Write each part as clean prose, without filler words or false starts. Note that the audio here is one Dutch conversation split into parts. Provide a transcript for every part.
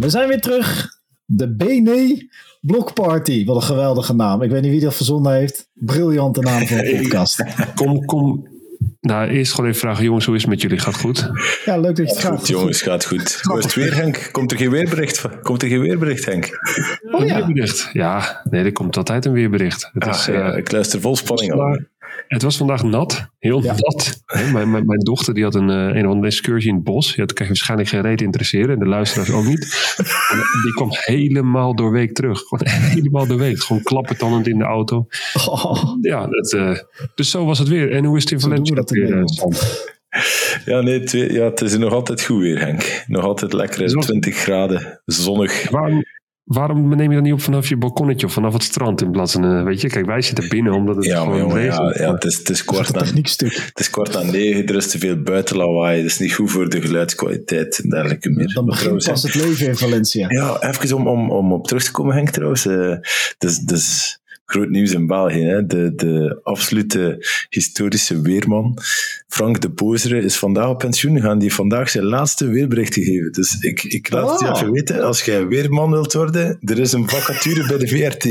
We zijn weer terug. De BNE Blokparty. Wat een geweldige naam. Ik weet niet wie dat verzonnen heeft. Briljante naam voor een podcast. Kom. Nou, eerst gewoon even vragen. Jongens, hoe is het met jullie? Gaat goed? Ja, leuk dat je het gaat. Goed, jongens, gaat goed. Hoe is het weer, Henk? Komt er geen weerbericht, Henk? Een weerbericht? Ja, nee, er komt altijd een weerbericht. Ik luister vol spanning al. Het was vandaag nat. Heel nat. Mijn dochter die had een of andere excursie in het bos. Ja, dat kan je waarschijnlijk geen reet interesseren. En de luisteraars ook niet. En die kwam helemaal doorweek terug. Gewoon helemaal doorweek. Gewoon klappertandend in de auto. Ja, dus zo was het weer. En hoe is het in Valencia? Ja, nee, het is nog altijd goed weer, Henk. Nog altijd lekkere 20 graden, zonnig. Waarom neem je dan niet op vanaf je balkonnetje of vanaf het strand in plaats van, weet je, kijk, wij zitten binnen omdat het gewoon regent. Ja, het is kwart na 9, er is te veel buitenlawaai, het is niet goed voor de geluidskwaliteit en dergelijke meer. Dan begint pas het leven in Valencia. Ja, even om op terug te komen, Henk, trouwens. Dus groot nieuws in België. Hè? De absolute historische weerman Frank de Bozere is vandaag op pensioen gegaan. Die heeft vandaag zijn laatste weerbericht gegeven. Dus ik laat het je even weten. Als jij weerman wilt worden, er is een vacature bij de VRT.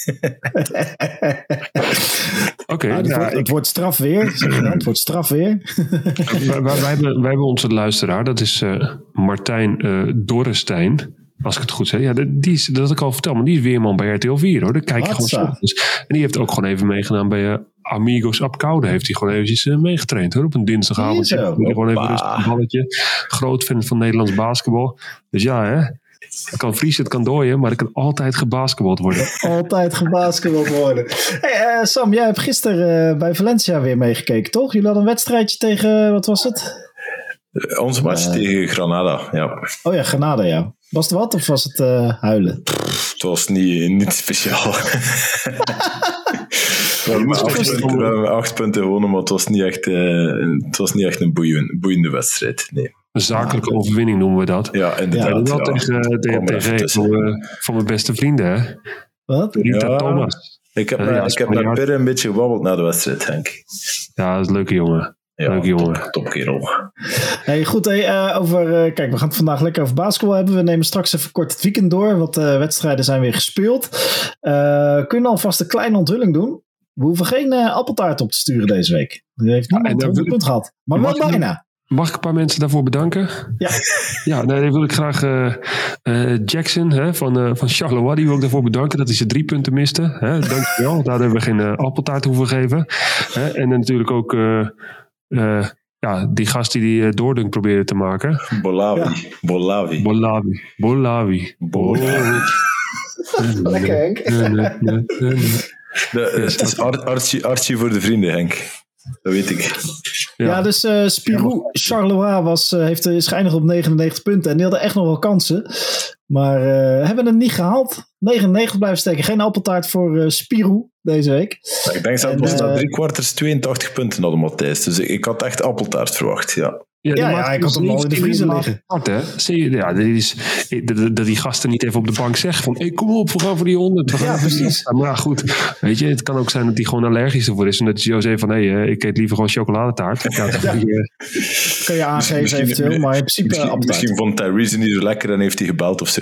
Oké. Het wordt straf weer. Het wordt straf weer. Wij hebben onze luisteraar. Dat is Martijn Dorrestein. Als ik het goed zeg. Ja, dat had ik al verteld. Maar die is weerman bij RTL 4, hoor. Daar kijk je gewoon zo. En die heeft ook gewoon even meegedaan bij Amigos Apkoude. Heeft hij gewoon eventjes meegetraind, hoor. Op een dinsdagavondje. Gewoon even rustig een balletje. Groot fan van Nederlands basketbal. Dus ja, hè. Het kan vriezen, het kan dooien, maar het kan altijd gebasketbald worden. Altijd gebasketbald worden. Hey, Sam, jij hebt gisteren bij Valencia weer meegekeken, toch? Jullie hadden een wedstrijdje tegen, wat was het? Onze match tegen Granada, ja. Oh ja, Granada, ja. Was het wat of was het huilen? Het was niet speciaal. We hebben 8 punten gewonnen, maar het was niet echt een boeiende wedstrijd. Nee. Een zakelijke overwinning noemen we dat. Ja, inderdaad. Ja, tegen van mijn beste vrienden, hè? Wat? Rita Thomas. Ik heb naar Perre een beetje gewabbeld na de wedstrijd, Henk. Ja, dat is een leuke jongen. Ja, leuk jongen. Top kerel. Hey, goed, kijk, we gaan het vandaag lekker over basketbal hebben. We nemen straks even kort het weekend door, want wedstrijden zijn weer gespeeld. Kunnen we alvast een kleine onthulling doen? We hoeven geen appeltaart op te sturen deze week. Die heeft niemand een punt gehad. Maar wel bijna. Mag ik een paar mensen daarvoor bedanken? Ja. Ja, dan wil ik graag Jackson van Charleroi, die wil ik daarvoor bedanken dat hij zijn 3 punten miste. Dankjewel, daar hebben we geen appeltaart hoeven geven. En natuurlijk ook die gast die Doordunk probeerde te maken. Bolavi. Lekker, Henk. Het is Archie voor de vrienden, Henk. Dat weet ik. Ja, dus Spirou Charleroi is geëindigd op 99 punten. En die hadden echt nog wel kansen. Maar hebben het niet gehaald. 99 blijven steken. Geen appeltaart voor Spirou deze week. Ik denk dat na 3 kwarters 82 punten hadden, Matthijs. Dus ik had echt appeltaart verwacht, ja. Ja, ik had hem al in de vriezer liggen. Zie je, dat die gasten niet even op de bank zeggen van, hey, kom op, we gaan voor die 100. Ja, precies. Maar goed, weet je, het kan ook zijn dat hij gewoon allergisch ervoor is. En dat hij zo zegt van, ik eet liever gewoon chocoladetaart. Ja. Kan je aangeven eventueel, maar in principe appeltaart. Misschien vond Tyrese niet zo lekker en heeft hij gebeld of zo.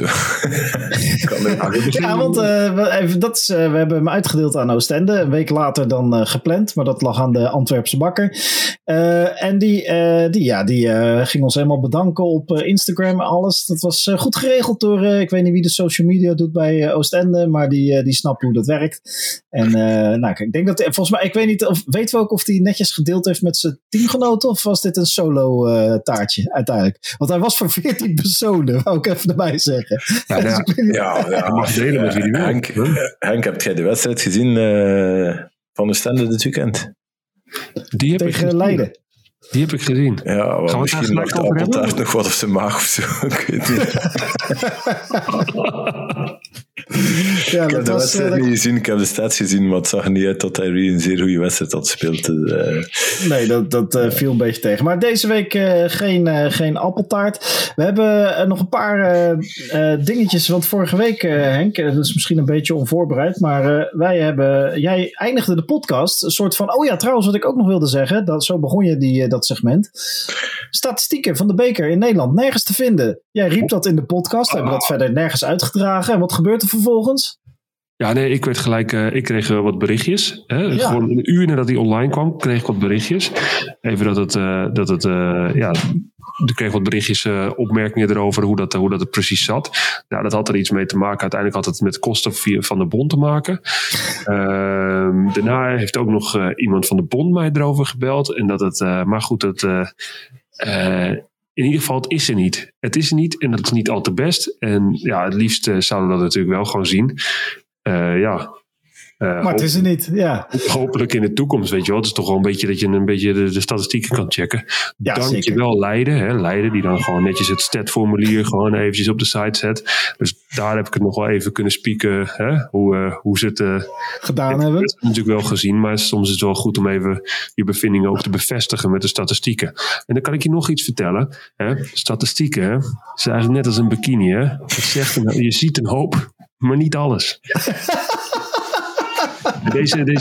Want we hebben hem uitgedeeld aan Oostende. Een week later dan gepland, maar dat lag aan de Antwerpse bakker. En die ging ons helemaal bedanken op Instagram en alles. Dat was goed geregeld door, ik weet niet wie de social media doet bij Oostende, maar die snapt hoe dat werkt. En ik denk dat, volgens mij, ik weet niet, weten we ook of hij netjes gedeeld heeft met zijn teamgenoten, of was dit een solo taartje uiteindelijk? Want hij was voor 14 personen, wou ik even erbij zeggen. Mag delen met wie die wil. Henk, heb jij de wedstrijd gezien van Oostende dit weekend? Tegen Leiden. Die heb ik gezien. Ja, misschien lag de appeltaart nog wat op zijn maag of zo. Ik weet niet. Ik heb de wedstrijd niet gezien, ik heb de stats gezien, maar het zag er niet uit dat Tyree een zeer goede wedstrijd had gespeeld. Nee, dat viel een beetje tegen. Maar deze week geen appeltaart. We hebben nog een paar dingetjes, want vorige week, Henk, dat is misschien een beetje onvoorbereid, maar jij eindigde de podcast, een soort van, oh ja, trouwens, wat ik ook nog wilde zeggen, zo begon je dat segment. Statistieken van de beker in Nederland, nergens te vinden. Jij riep dat in de podcast, we hebben dat verder nergens uitgedragen. En wat gebeurt er vervolgens? Ja, nee, ik werd gelijk, ik kreeg wat berichtjes. Hè? Ja. Gewoon een uur nadat hij online kwam, kreeg ik wat berichtjes. Even ik kreeg wat berichtjes, opmerkingen erover hoe dat het precies zat. Nou, dat had er iets mee te maken. Uiteindelijk had het met kosten van de bond te maken. Daarna heeft ook nog iemand van de bond mij erover gebeld. En maar goed, in ieder geval, het is er niet. Het is er niet en dat is niet al te best. En ja, het liefst zouden we dat natuurlijk wel gewoon zien. Maar het is er niet, ja. Hopelijk in de toekomst, weet je wel. Het is toch wel een beetje dat je een beetje de statistieken kan checken. Ja, dank zeker. je wel Leiden. Hè? Leiden die dan gewoon netjes het statformulier gewoon eventjes op de site zet. Dus daar heb ik het nog wel even kunnen spieken. Hè? Hoe ze het gedaan hebben. Dat heb ik natuurlijk wel gezien. Maar soms is het wel goed om even je bevindingen ook te bevestigen met de statistieken. En dan kan ik je nog iets vertellen. Hè? Statistieken, hè? is eigenlijk net als een bikini. Hè? Het zegt je ziet een hoop, maar niet alles. Deze... Dat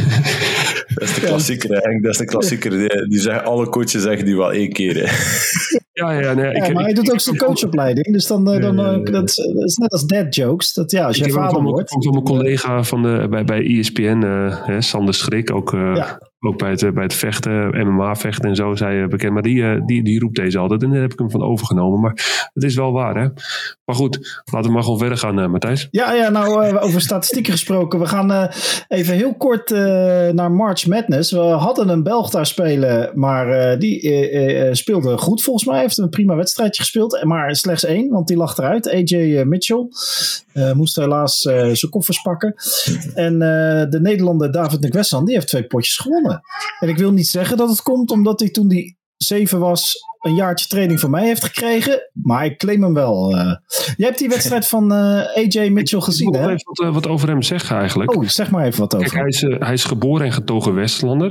is de klassieker, Henk. Dat is de klassieker. Die zeggen, alle coaches zeggen die wel 1 keer. Hè. Maar hij doet ook zijn coachopleiding. Dus dat is net als dad jokes. Dat, ja, als je vader wordt. Ik heb van mijn collega bij ESPN, Sander Schrik, ook bij het vechten, MMA-vechten en zo, zei bekend. Maar die roept deze altijd. En daar heb ik hem van overgenomen. Maar het is wel waar, hè. Maar goed, laten we maar gewoon verder gaan, Matthijs. Ja, nou over statistieken gesproken. We gaan even heel kort naar March Madness. We hadden een Belg daar spelen, maar die speelde goed volgens mij. Heeft een prima wedstrijdje gespeeld, maar slechts 1, want die lag eruit. AJ Mitchell moest helaas zijn koffers pakken. En de Nederlander David Nguessan, die heeft 2 potjes gewonnen. En ik wil niet zeggen dat het komt omdat hij toen die 7 was een jaartje training van mij heeft gekregen, maar ik claim hem wel. Jij hebt die wedstrijd van AJ Mitchell gezien, hè? Ik wil even wat over hem zeggen eigenlijk. Oh, zeg maar even wat over. Kijk, hij is geboren en getogen Westlander.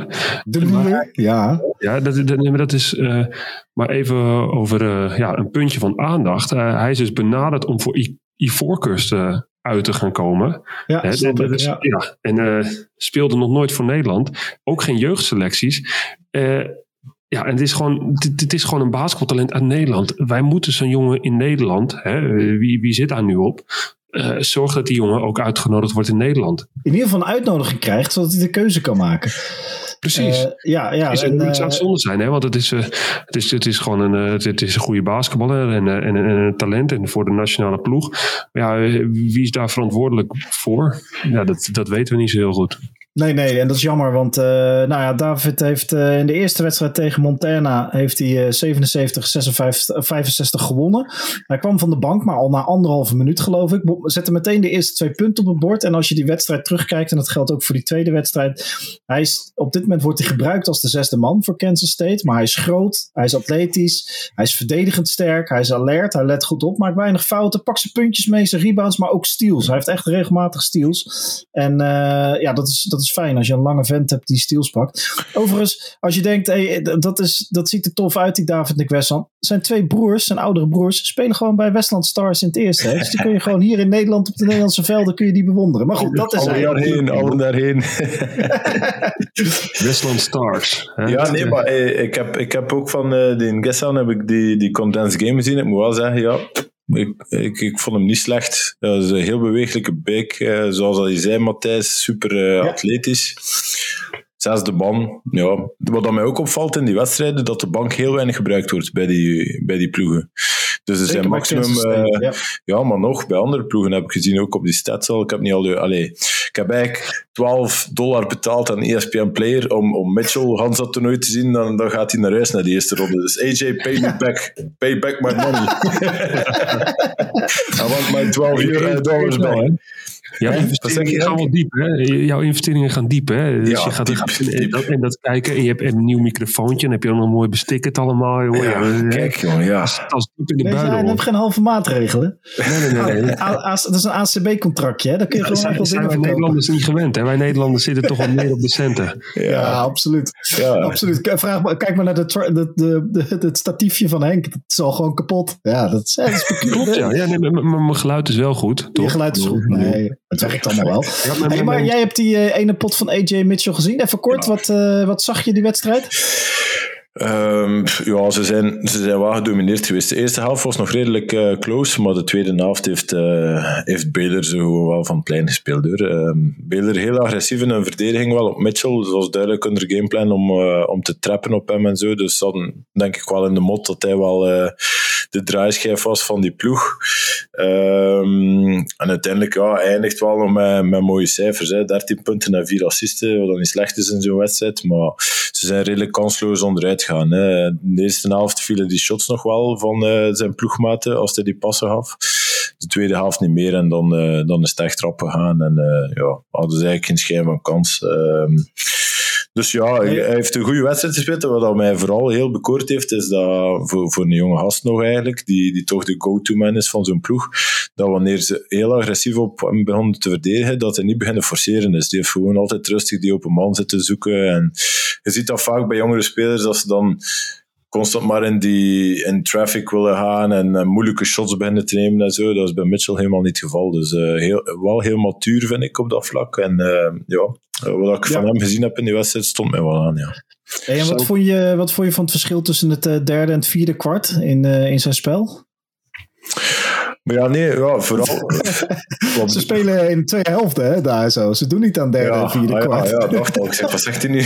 Ja. Ja, dat is... maar even over een puntje van aandacht. Hij is dus benaderd om voor Ivoorkust uit te gaan komen. Ja, en speelde nog nooit voor Nederland. Ook geen jeugdselecties. Ja, en het is gewoon een basketbaltalent uit Nederland. Wij moeten zo'n jongen in Nederland, hè, wie zit daar nu op? Zorg dat die jongen ook uitgenodigd wordt in Nederland. In ieder geval een uitnodiging krijgt, zodat hij de keuze kan maken. Precies. Het zou niets aan zonde zijn, hè? Want het is gewoon een goede basketballer en een talent en voor de nationale ploeg. Maar ja, wie is daar verantwoordelijk voor? Ja, dat weten we niet zo heel goed. Nee, en dat is jammer, want David heeft in de eerste wedstrijd tegen Montana heeft hij 77-65 gewonnen. Hij kwam van de bank, maar al na 1,5 minuut geloof ik. Zette meteen de eerste 2 punten op het bord. En als je die wedstrijd terugkijkt, en dat geldt ook voor die tweede wedstrijd. Op dit moment wordt hij gebruikt als de 6e man voor Kansas State. Maar hij is groot, hij is atletisch, hij is verdedigend sterk, hij is alert, hij let goed op, maakt weinig fouten, pakt zijn puntjes mee, zijn rebounds, maar ook steals. Hij heeft echt regelmatig steals. En dat is fijn als je een lange vent hebt die steals pakt. Overigens, als je denkt, dat ziet er tof uit, die David Nguessan. Zijn 2 broers, zijn oudere broers, spelen gewoon bij Westland Stars in het eerste. Hè? Dus die kun je gewoon hier in Nederland op de Nederlandse velden kun je die bewonderen. Maar goed, dat is allen daarheen. Westland Stars. Hè? Ja, nee, maar ik heb ook van die Nguessan heb ik die condensed game gezien. Ik moet wel zeggen, ja, ik vond hem niet slecht. Dat is een heel bewegelijke bek. Zoals al je zei, Matthijs, super atletisch. 6e man. Ja. Wat mij ook opvalt in die wedstrijden, dat de bank heel weinig gebruikt wordt bij die ploegen. Dus er zijn maximum... maar nog, bij andere ploegen heb ik gezien, ook op die stats al. Ik heb niet al ik heb eigenlijk $12 betaald aan ESPN Player om Mitchell Hans dat toernooi te zien. Dan gaat hij naar huis naar die eerste ronde. Dus AJ, pay me back. Pay back my money. I want my $12 back. Jouw investeringen gaan wel diep, hè? Jouw investeringen gaan diep, hè? Dus je gaat diep. En dat kijken. En je hebt een nieuw microfoontje. En heb je ook nog mooi bestickerd allemaal. Jongen. Ja, kijk, jongen, ja. Dat is diep in de buidel. Je hebt geen halve maatregelen. Nee. Dat is een ACB-contractje, hè? Daar kun je gewoon echt zijn wij Nederlanders niet gewend, hè? Wij Nederlanders zitten toch wel meer op de centen. Ja, absoluut. Ja. Absoluut. Kijk maar naar het statiefje van Henk. Dat is al gewoon kapot. Ja, dat is klopt, ja. Nee, maar mijn geluid is wel goed, toch? Je geluid is goed. Nee, het werkt allemaal wel. Maar jij hebt die ene pot van AJ Mitchell gezien. Even kort, wat zag je die wedstrijd? Ze zijn wel gedomineerd geweest. De eerste helft was nog redelijk close, maar de tweede helft heeft Baylor zo wel van het plein gespeeld. Baylor heel agressief in hun verdediging wel op Mitchell. Dat was duidelijk hun gameplan om te trappen op hem en zo. Dus ze hadden denk ik wel in de mot dat hij wel de draaischijf was van die ploeg. En uiteindelijk eindigt wel nog met mooie cijfers. 13 punten en 4 assisten, wat dan niet slecht is in zo'n wedstrijd. Maar ze zijn redelijk kansloos onderuit gaan. In de eerste helft vielen die shots nog wel van zijn ploegmaten als hij die passen gaf. De tweede helft niet meer en dan is het echt rap gegaan. En hadden ze eigenlijk geen schijn van kans. Dus hij heeft een goede wedstrijd gespeeld. En wat mij vooral heel bekoord heeft, is dat voor een jonge gast nog eigenlijk, die toch de go-to-man is van zo'n ploeg, dat wanneer ze heel agressief op hem begonnen te verdedigen, dat hij niet beginnen forceren is. Die heeft gewoon altijd rustig die open man zitten zoeken. En je ziet dat vaak bij jongere spelers, dat ze dan constant maar in traffic willen gaan en moeilijke shots beginnen te nemen en zo. Dat is bij Mitchell helemaal niet het geval. Dus wel heel matuur vind ik op dat vlak. En wat ik van hem gezien heb in die wedstrijd stond mij wel aan, ja. Hey, en wat vond je van het verschil tussen het derde en het vierde kwart in zijn spel? Maar vooral... Ze spelen in 2 helften, hè, daar zo. Ze doen niet aan derde en vierde kwart. Ja, dacht al. Ik zeg, wat zegt hij nu?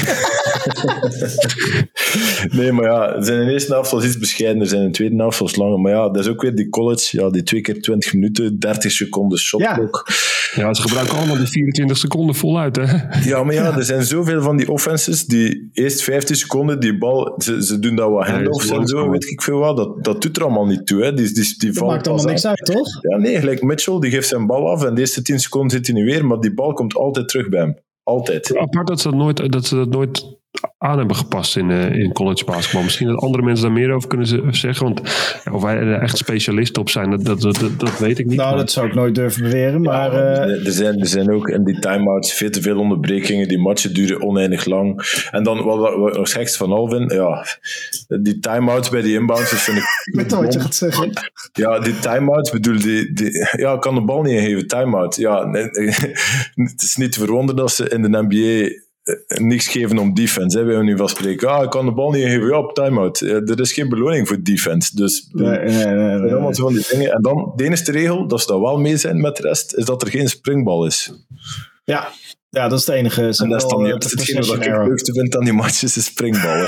Nee, maar ze zijn in de eerste helft was iets bescheidener, zijn in de tweede helft was langer. Maar dat is ook weer die college, die 2 keer 20 minuten, 30 seconden shotklok. Ja, ze gebruiken allemaal die 24 seconden voluit, hè? Ja, maar er zijn zoveel van die offenses die eerst 15 seconden, die bal, ze doen dat wat handoffs en zo, weet ik veel wat. Dat doet er allemaal niet toe, hè. Die dat maakt allemaal niks uit, toch? Ja, nee, gelijk Mitchell, die geeft zijn bal af en de eerste 10 seconden zit hij niet weer, maar die bal komt altijd terug bij hem. Altijd. Apart dat ze dat nooit aan hebben gepast in college basketbal. Misschien dat andere mensen daar meer over kunnen zeggen. Want of wij er echt specialisten op zijn, dat weet ik niet. Nou, dat zou ik nooit durven beweren. Maar, er zijn ook in die time-outs veel te veel onderbrekingen. Die matchen duren oneindig lang. En dan, wat nog gekst van al vind, die time-outs bij die inbounds, vind ik... Ik weet wat je gaat zeggen. Ja, die time-outs, bedoel, ik kan de bal niet ingeven, time-out. Ja, nee, het is niet te verwonderen dat ze in de NBA niks geven om defense. Hè. Wij nu van spreken, ik kan de bal niet geven, op time-out. Er is geen beloning voor defense. Dus allemaal zo van die dingen. En dan, de enige regel, dat ze daar wel mee zijn met de rest, is dat er geen springbal is. Ja, dat is het enige. En dat is dan juist hetgeen wat ik het leukste vind aan die matches, is springballen.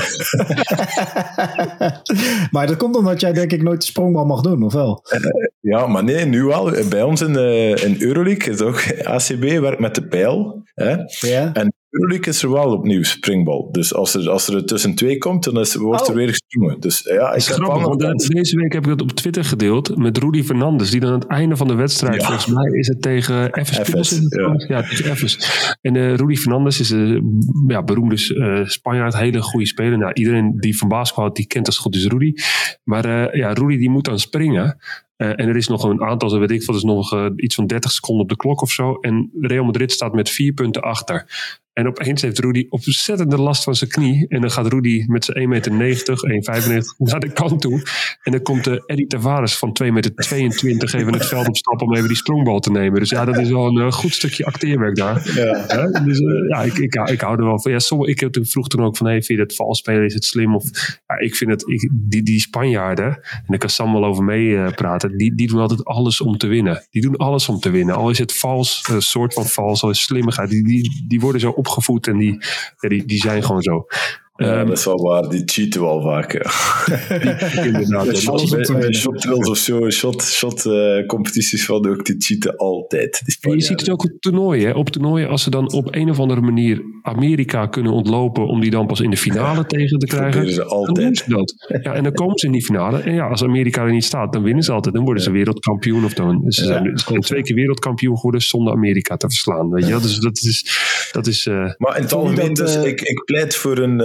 Maar dat komt omdat jij denk ik nooit de sprongbal mag doen, of wel? Ja, maar nee, nu wel. Bij ons in Euroleague is ook ACB werkt met de pijl. Hè? Ja. En Euroleague is er wel opnieuw springbal. Dus als er tussen 2 komt, dan wordt er weer gesprongen. Dus ja, ik heb grappig, deze week heb ik dat op Twitter gedeeld met Rudy Fernandez, die dan aan het einde van de wedstrijd, volgens mij is het tegen Efes. Ja, tegen Efes. En Rudy Fernandez is een beroemde Spanjaard, hele goede speler. Nou, iedereen die van basketbal houdt, die kent als het goed is Rudy. Maar Rudy die moet dan springen. En er is nog een aantal, zo weet ik veel, er is nog iets van 30 seconden op de klok of zo. En Real Madrid staat met 4 punten achter. En opeens heeft Rudy ontzettende last van zijn knie. En dan gaat Rudy met zijn 1,90 meter, 1,95 naar de kant toe. En dan komt Eddie Tavares van 2,22 meter even het veld opstappen om even die sprongbal te nemen. Dus ja, dat is wel een goed stukje acteerwerk daar. Ja. Dus ik hou er wel van. Ja, ik vroeg toen ook van, vind je dat vals spelen, is het slim? Of, ik vind het, die Spanjaarden, en daar kan Sam wel over mee praten, die doen altijd alles om te winnen. Die doen alles om te winnen. Al is het vals, een soort van vals, al is slimmigheid. Die worden zo opgevoed en die zijn gewoon zo. Ja, dat is wel waar. Die cheaten wel vaak. Ja. Inderdaad. Shot drills of zo, shot competities van ook, die cheaten altijd. En je ziet het ook op toernooien. Hè? Op toernooien, als ze dan op een of andere manier Amerika kunnen ontlopen om die dan pas in de finale tegen te krijgen, ze altijd. dan doen ze dat. Ja, en dan komen ze in die finale. En ja, als Amerika er niet staat, dan winnen ze altijd. Dan worden ze wereldkampioen. Of dan, ze zijn 2 keer wereldkampioen geworden zonder Amerika te verslaan. Weet je? Dus dat is maar in het algemeen, dus ik pleit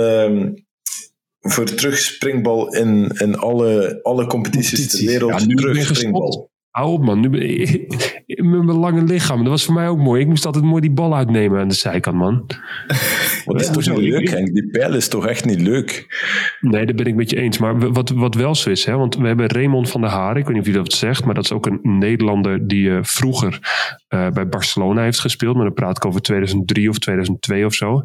voor terug springbal in alle competities ter wereld. Ja, terug springbal. Hou op man, nu met mijn lange lichaam. Dat was voor mij ook mooi. Ik moest altijd mooi die bal uitnemen aan de zijkant, man. Dat is toch niet leuk, Henk? Die pijl is toch echt niet leuk? Nee, dat ben ik met je eens. Maar wat wel zo is, hè, want we hebben Raymond van der Haar. Ik weet niet of je dat zegt, maar dat is ook een Nederlander die vroeger bij Barcelona heeft gespeeld. Maar dan praat ik over 2003 of 2002 of zo.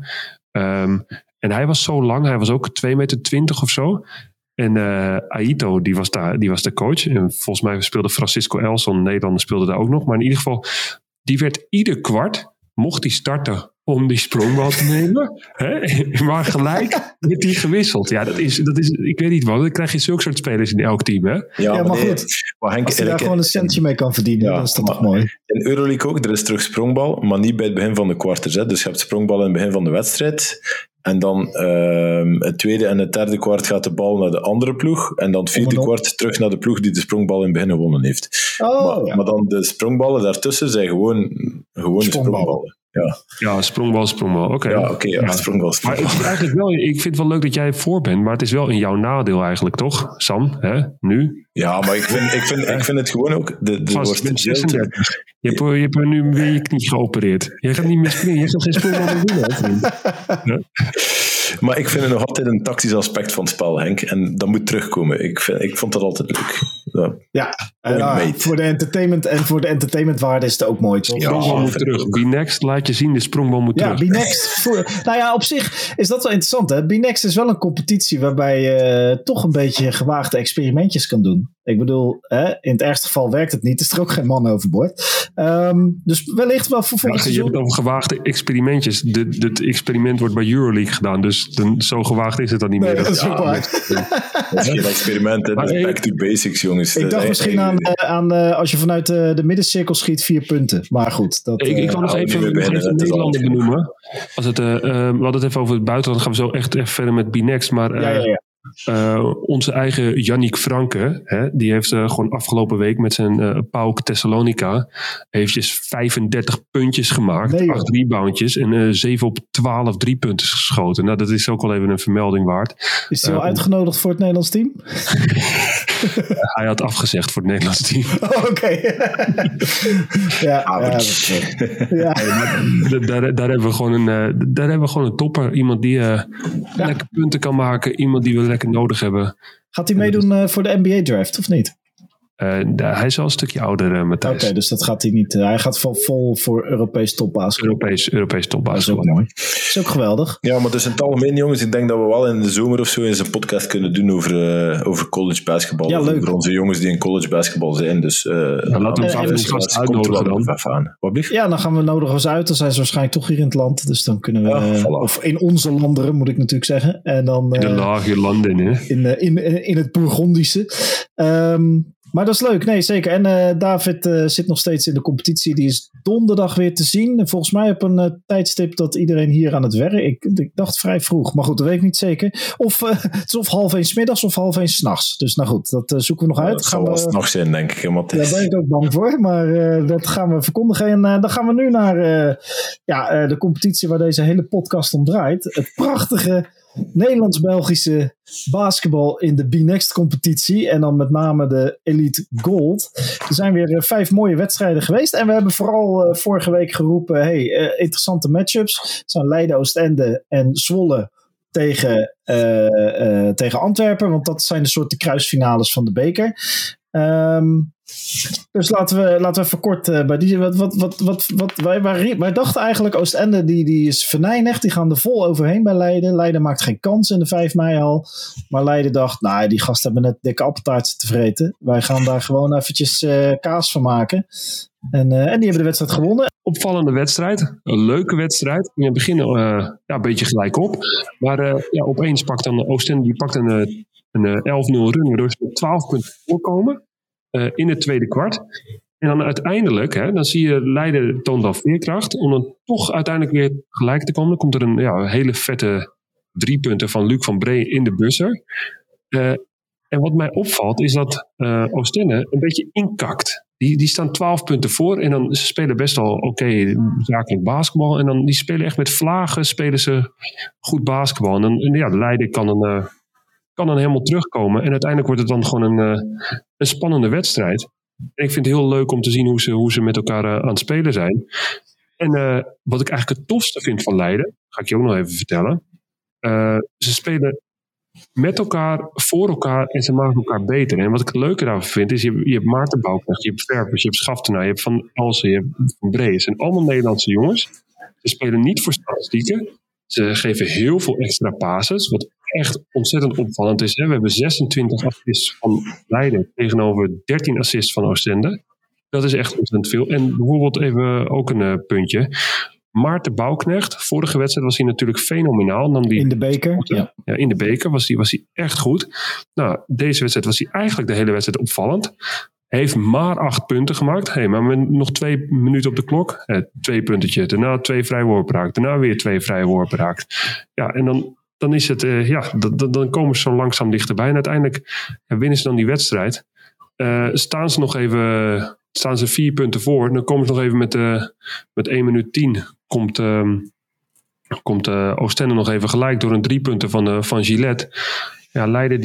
En hij was zo lang, hij was ook 2,20 meter of zo. En Aito, die was de coach. En volgens mij speelde Francisco Elson, een Nederlander, speelde daar ook nog. Maar in ieder geval, die werd ieder kwart, mocht hij starten om die sprongbal te nemen. Hè? Maar gelijk werd die gewisseld. Ja, dat is, ik weet niet wat. Dan krijg je zulke soort spelers in elk team. Hè? Ja, maar goed. Maar Henk, als je daar gewoon een centje mee kan verdienen, dan is dat toch mooi. In Euroleague ook, er is terug sprongbal, maar niet bij het begin van de quarters. Hè? Dus je hebt sprongbal in het begin van de wedstrijd. En dan het tweede en het derde kwart gaat de bal naar de andere ploeg. En dan het vierde kwart terug naar de ploeg die de sprongbal in het begin gewonnen heeft. Maar dan de sprongballen daartussen zijn gewoon de sprongballen. Ja, sprongbal. Oké. Sprongbal. Maar het is eigenlijk wel, ik vind het wel leuk dat jij voor bent, maar het is wel in jouw nadeel eigenlijk, toch, Sam? Hè? Nu? Ja, maar ik vind het gewoon ook... Je hebt nu weer je knie geopereerd. Jij gaat niet meer springen. Je gaat geen sprongbal meer doen. Ja. Maar ik vind het nog altijd een tactisch aspect van het spel, Henk. En dat moet terugkomen. Ik vond dat altijd leuk. Voor de entertainment en voor de entertainmentwaarde is het ook mooi. De sprongbal moet terug. B-Next laat je zien, de sprongbal moet terug. Ja, B-Next. Op zich is dat wel interessant. Hè? B-Next is wel een competitie waarbij je toch een beetje gewaagde experimentjes kan doen. Ik bedoel, in het ergste geval werkt het niet. Is er ook geen man overboord. Dus wellicht wel voor volgend seizoen. Je hebt het over gewaagde experimentjes. Het experiment wordt bij Euroleague gedaan. Dus zo gewaagd is het dan niet meer. Dat is ook waar. Dat is geen experiment. Dat is back to basics, jongens. Ik dacht misschien aan als je vanuit de middencirkel schiet 4 punten. Maar goed. Ik wil nog even een Nederlander benoemen. We hadden het even over het buitenland. Dan gaan we zo echt verder met B-Next. Maar onze eigen Yannick Franke, die heeft gewoon afgelopen week met zijn PAOK Thessalonica eventjes 35 puntjes gemaakt, 8 reboundjes en 7 op 12 3-punten geschoten. Nou, dat is ook wel even een vermelding waard. Is hij al uitgenodigd voor het Nederlands team? Hij had afgezegd voor het Nederlands team. Oké. Daar hebben we gewoon een topper. Iemand die lekker punten kan maken. Iemand die we lekker nodig hebben. Gaat hij meedoen voor de NBA draft of niet? Hij is al een stukje ouder, Matthijs. Oké, dus dat gaat hij niet. Hij gaat vol voor Europees topbasketbal. Europees topbasketbal. Dat is ook mooi. Dat is ook geweldig. Ja, maar dus in het algemeen, jongens, ik denk dat we wel in de zomer of zo eens een podcast kunnen doen over college basketbal. Ja, leuk. Over onze jongens die in college basketbal zijn. Dus laten we ons gast uitnodigen dan. Ja, dan gaan we nodigen eens uit. Dan zijn ze waarschijnlijk toch hier in het land. Dus dan kunnen we... of in onze landeren, moet ik natuurlijk zeggen. En dan, in de lage landen, hè? In het Bourgondische. Maar dat is leuk, nee zeker. En David zit nog steeds in de competitie. Die is donderdag weer te zien. En volgens mij op een tijdstip dat iedereen hier aan het werk. Ik dacht vrij vroeg, maar goed, dat weet ik niet zeker. Of het is of 12:30 's middags of 12:30 's nachts. Dus nou goed, dat zoeken we nog uit. Dat zal wel nog zijn, denk ik. Daar ben ik ook bang voor, maar dat gaan we verkondigen. En dan gaan we nu naar de competitie waar deze hele podcast om draait. Het prachtige Nederlands-Belgische basketbal in de B-Next competitie. En dan met name de Elite Gold. Er zijn weer 5 mooie wedstrijden geweest. En we hebben vooral vorige week geroepen, interessante matchups. Het zijn Leiden, Oostende en Zwolle tegen Antwerpen. Want dat zijn de soorten kruisfinales van de beker. Dus laten we even kort bij die. Wij dachten eigenlijk, Oostende die is venijnig. Die gaan er vol overheen bij Leiden. Leiden maakt geen kans in de 5 mei al. Maar Leiden dacht, die gasten hebben net dikke appeltaartjes te vreten. Wij gaan daar gewoon eventjes kaas van maken. En die hebben de wedstrijd gewonnen. Opvallende wedstrijd. Een leuke wedstrijd. In het begin een beetje gelijk op. Maar opeens pakt dan Oostende die pakt een 11-0 run. Waardoor ze met 12 punten voorkomen. In het tweede kwart. En dan uiteindelijk, dan zie je Leiden toont al veerkracht. Om dan toch uiteindelijk weer gelijk te komen. Dan komt er een hele vette 3 punten van Luc van Bree in de buzzer. En wat mij opvalt is dat Oostende een beetje inkakt. Die staan 12 punten voor. En dan ze spelen best wel oké zakelijk basketbal. En dan die spelen echt met vlagen. Spelen ze goed basketbal. En dan Leiden kan dan helemaal terugkomen. En uiteindelijk wordt het dan gewoon een spannende wedstrijd. En ik vind het heel leuk om te zien hoe ze met elkaar aan het spelen zijn. En wat ik eigenlijk het tofste vind van Leiden, ga ik je ook nog even vertellen. Ze spelen met elkaar, voor elkaar en ze maken elkaar beter. En wat ik het leuke daarvan vind is, je hebt Maarten Bouwknecht, je hebt Verpers, je hebt Schaftenaar, je hebt Van Elsen, je hebt Van Bree. Het zijn allemaal Nederlandse jongens. Ze spelen niet voor statistieken. Ze geven heel veel extra passes, wat echt ontzettend opvallend is. Hè? We hebben 26 assists van Leiden tegenover 13 assists van Oostende. Dat is echt ontzettend veel. En bijvoorbeeld even ook een puntje. Maarten Bouwknecht, vorige wedstrijd was hij natuurlijk fenomenaal. In de beker? Ja, in de beker was hij echt goed. Nou, deze wedstrijd was hij eigenlijk de hele wedstrijd opvallend. Hij heeft maar 8 punten gemaakt. Maar met nog 2 minuten op de klok. 2 puntetje. Daarna 2 vrije worpen raakt. Daarna weer 2 vrije worpen raakt. Ja, en dan is het... dan komen ze zo langzaam dichterbij. En uiteindelijk winnen ze dan die wedstrijd. Staan ze 4 punten voor. Dan komen ze nog even met 1 minuut 10. Komt Oostende nog even gelijk door een 3 punten van Gillette. Ja, Leiden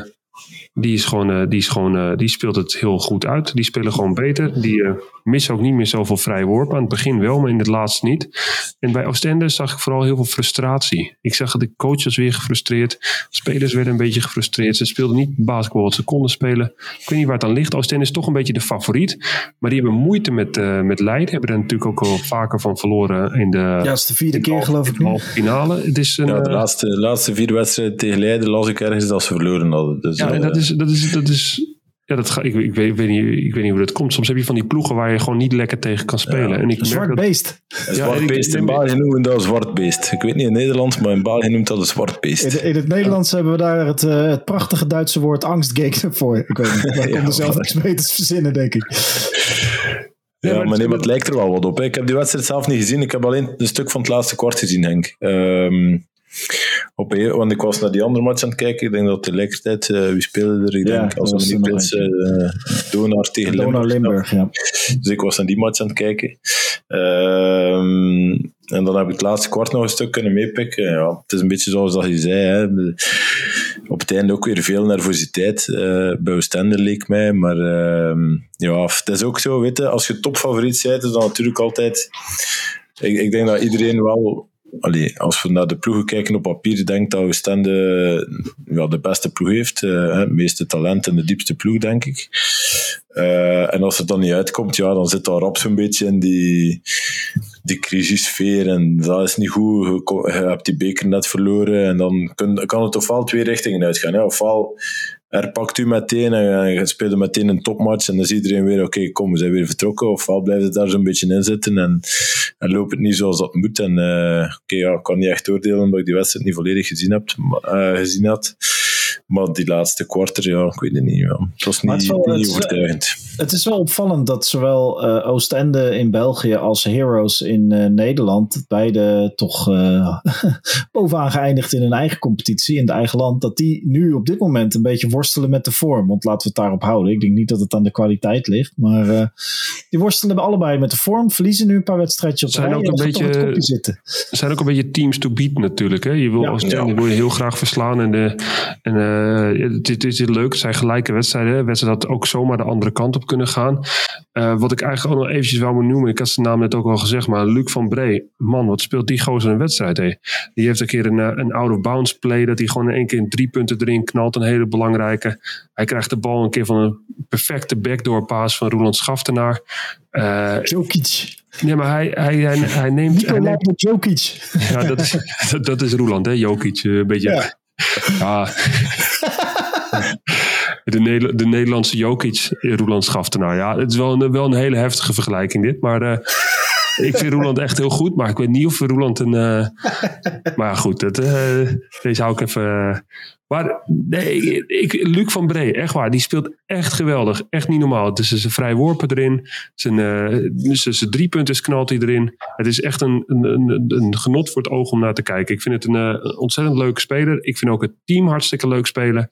die speelt het heel goed uit. Die spelen gewoon beter. Die missen ook niet meer zoveel vrije worpen. Aan het begin wel, maar in het laatste niet. En bij Oostende zag ik vooral heel veel frustratie. Ik zag dat de coach was weer gefrustreerd. Spelers werden een beetje gefrustreerd. Ze speelden niet basketbal wat ze konden spelen. Ik weet niet waar het aan ligt. Oostende is toch een beetje de favoriet. Maar die hebben moeite met Leiden. Hebben er natuurlijk ook al vaker van verloren in de... Ja, het is de 4e keer geloof ik nu. De finale. Het is de laatste 4 wedstrijden tegen Leiden las ik ergens dat ze verloren hadden. Dus, ja, en dat is ja, ik weet niet hoe dat komt. Soms heb je van die ploegen waar je gewoon niet lekker tegen kan spelen. Ja, en ik zwart beest. Zwart beest. In België noemen we dat een zwart beest. Ik weet niet in Nederland, maar in België noemt dat een zwart beest. In het Nederlands hebben we daar het prachtige Duitse woord angstgegner voor. Ik weet niet. Wij konden zelf niks beters verzinnen, denk ik. Ja, maar het lijkt er wel wat op. Hè. Ik heb die wedstrijd zelf niet gezien. Ik heb alleen een stuk van het laatste kwart gezien, Henk. Want ik was naar die andere match aan het kijken. Ik denk dat tegelijkertijd, wie speelde er? Ik denk, als we niet weten, Donar tegen Limburg. Ja. Dus ik was naar die match aan het kijken. En dan heb ik het laatste kwart nog een stuk kunnen meepikken. Ja, het is een beetje zoals dat je zei. Hè. Op het einde ook weer veel nervositeit. Bij Oostende leek mij. Maar het is ook zo, weet je, als je topfavoriet bent, is dat natuurlijk altijd... Ik denk dat iedereen wel... als we naar de ploegen kijken op papier, denk dat Oostende de beste ploeg heeft. Het meeste talent en de diepste ploeg, denk ik. En als het dan niet uitkomt, dan zit dat rap zo'n beetje in die crisissfeer. En dat is niet goed. Je hebt die beker net verloren. En dan kan het ofwel 2 richtingen uitgaan. Hè. Ofwel herpakt u meteen en je speelt meteen een topmatch. En dan is iedereen weer, oké, kom, we zijn weer vertrokken. Ofwel blijft het daar zo'n beetje in zitten. En loopt het niet zoals dat moet. En ik kan niet echt oordelen omdat ik die wedstrijd niet volledig gezien had. Maar die laatste kwartier, ik weet het niet. Ja. Het was niet overtuigend. Het is wel opvallend dat zowel Oostende in België als Heroes in Nederland, beide toch bovenaan geëindigd in hun eigen competitie, in het eigen land, dat die nu op dit moment een beetje worstelen met de vorm. Want laten we het daarop houden. Ik denk niet dat het aan de kwaliteit ligt, maar die worstelen allebei met de vorm, verliezen nu een paar wedstrijdjes op rij en toch het kopje zitten. Er zijn ook een beetje teams to beat natuurlijk. Hè? Je wil Oostende wil je heel graag verslaan het is leuk. Het zijn gelijke wedstrijden. Wedstrijden dat ook zomaar de andere kant op kunnen gaan. Wat ik eigenlijk ook nog eventjes wel moet noemen. Ik had zijn naam net ook al gezegd. Maar Luc van Bree. Man, wat speelt die gozer een wedstrijd? Hé? Die heeft een keer een out-of-bounds play. Dat hij gewoon in één keer 3 punten erin knalt. Een hele belangrijke. Hij krijgt de bal een keer van een perfecte backdoor pass van Roland Schaftenaar. Jokic. Nee, maar hij neemt... Jokic. Ja, dat is Roland, hè? Jokic. Een beetje... Ja. de Nederlandse Jokic, Roeland Schaftenaar. Ja, het is wel een hele heftige vergelijking dit. Maar ik vind Roeland echt heel goed. Maar ik weet niet of Roeland maar goed, deze hou ik even... Maar nee, Luc van Bree, echt waar. Die speelt echt geweldig. Echt niet normaal. Dus zijn vrij worpen erin. Zijn 3-punters knalt hij erin. Het is echt een genot voor het oog om naar te kijken. Ik vind het een ontzettend leuke speler. Ik vind ook het team hartstikke leuk spelen.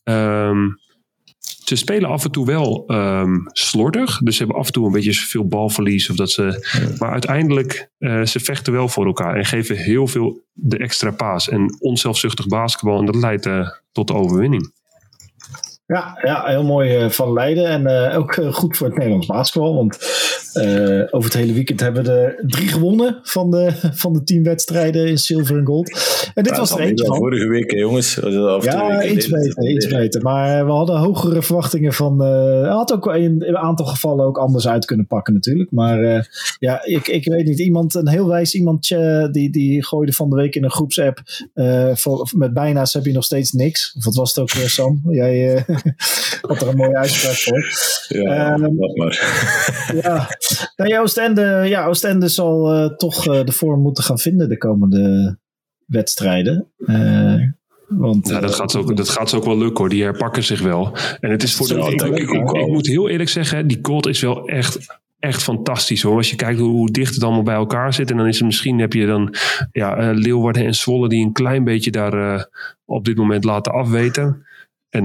Ze spelen af en toe wel slordig. Dus ze hebben af en toe een beetje veel balverlies. Maar uiteindelijk, ze vechten wel voor elkaar. En geven heel veel de extra paas. En onzelfzuchtig basketbal. En dat leidt tot de overwinning. Ja, heel mooi van Leiden. En ook goed voor het Nederlands basketbal. Want over het hele weekend hebben we er 3 gewonnen van de 10 wedstrijden in zilver en gold. En dit was er eentje van. Vorige week, hè, jongens. Ja, iets beter. Maar we hadden hogere verwachtingen van... had ook in een aantal gevallen ook anders uit kunnen pakken natuurlijk. Maar ik weet niet. Een heel wijs iemand die gooide van de week in een groepsapp. Met bijna's heb je nog steeds niks. Of wat was het ook weer, Sam? Jij had er een mooie uitspraak voor. Ja, wat maar. Ja. Nou, Oostende zal toch de vorm moeten gaan vinden de komende wedstrijden. Want, dat gaat ze ook wel lukken hoor. Die herpakken zich wel. En het is ik moet heel eerlijk zeggen, die Colt is wel echt fantastisch hoor. Als je kijkt hoe dicht het allemaal bij elkaar zit. En dan is er misschien heb je dan Leeuwarden en Zwolle die een klein beetje daar op dit moment laten afweten. En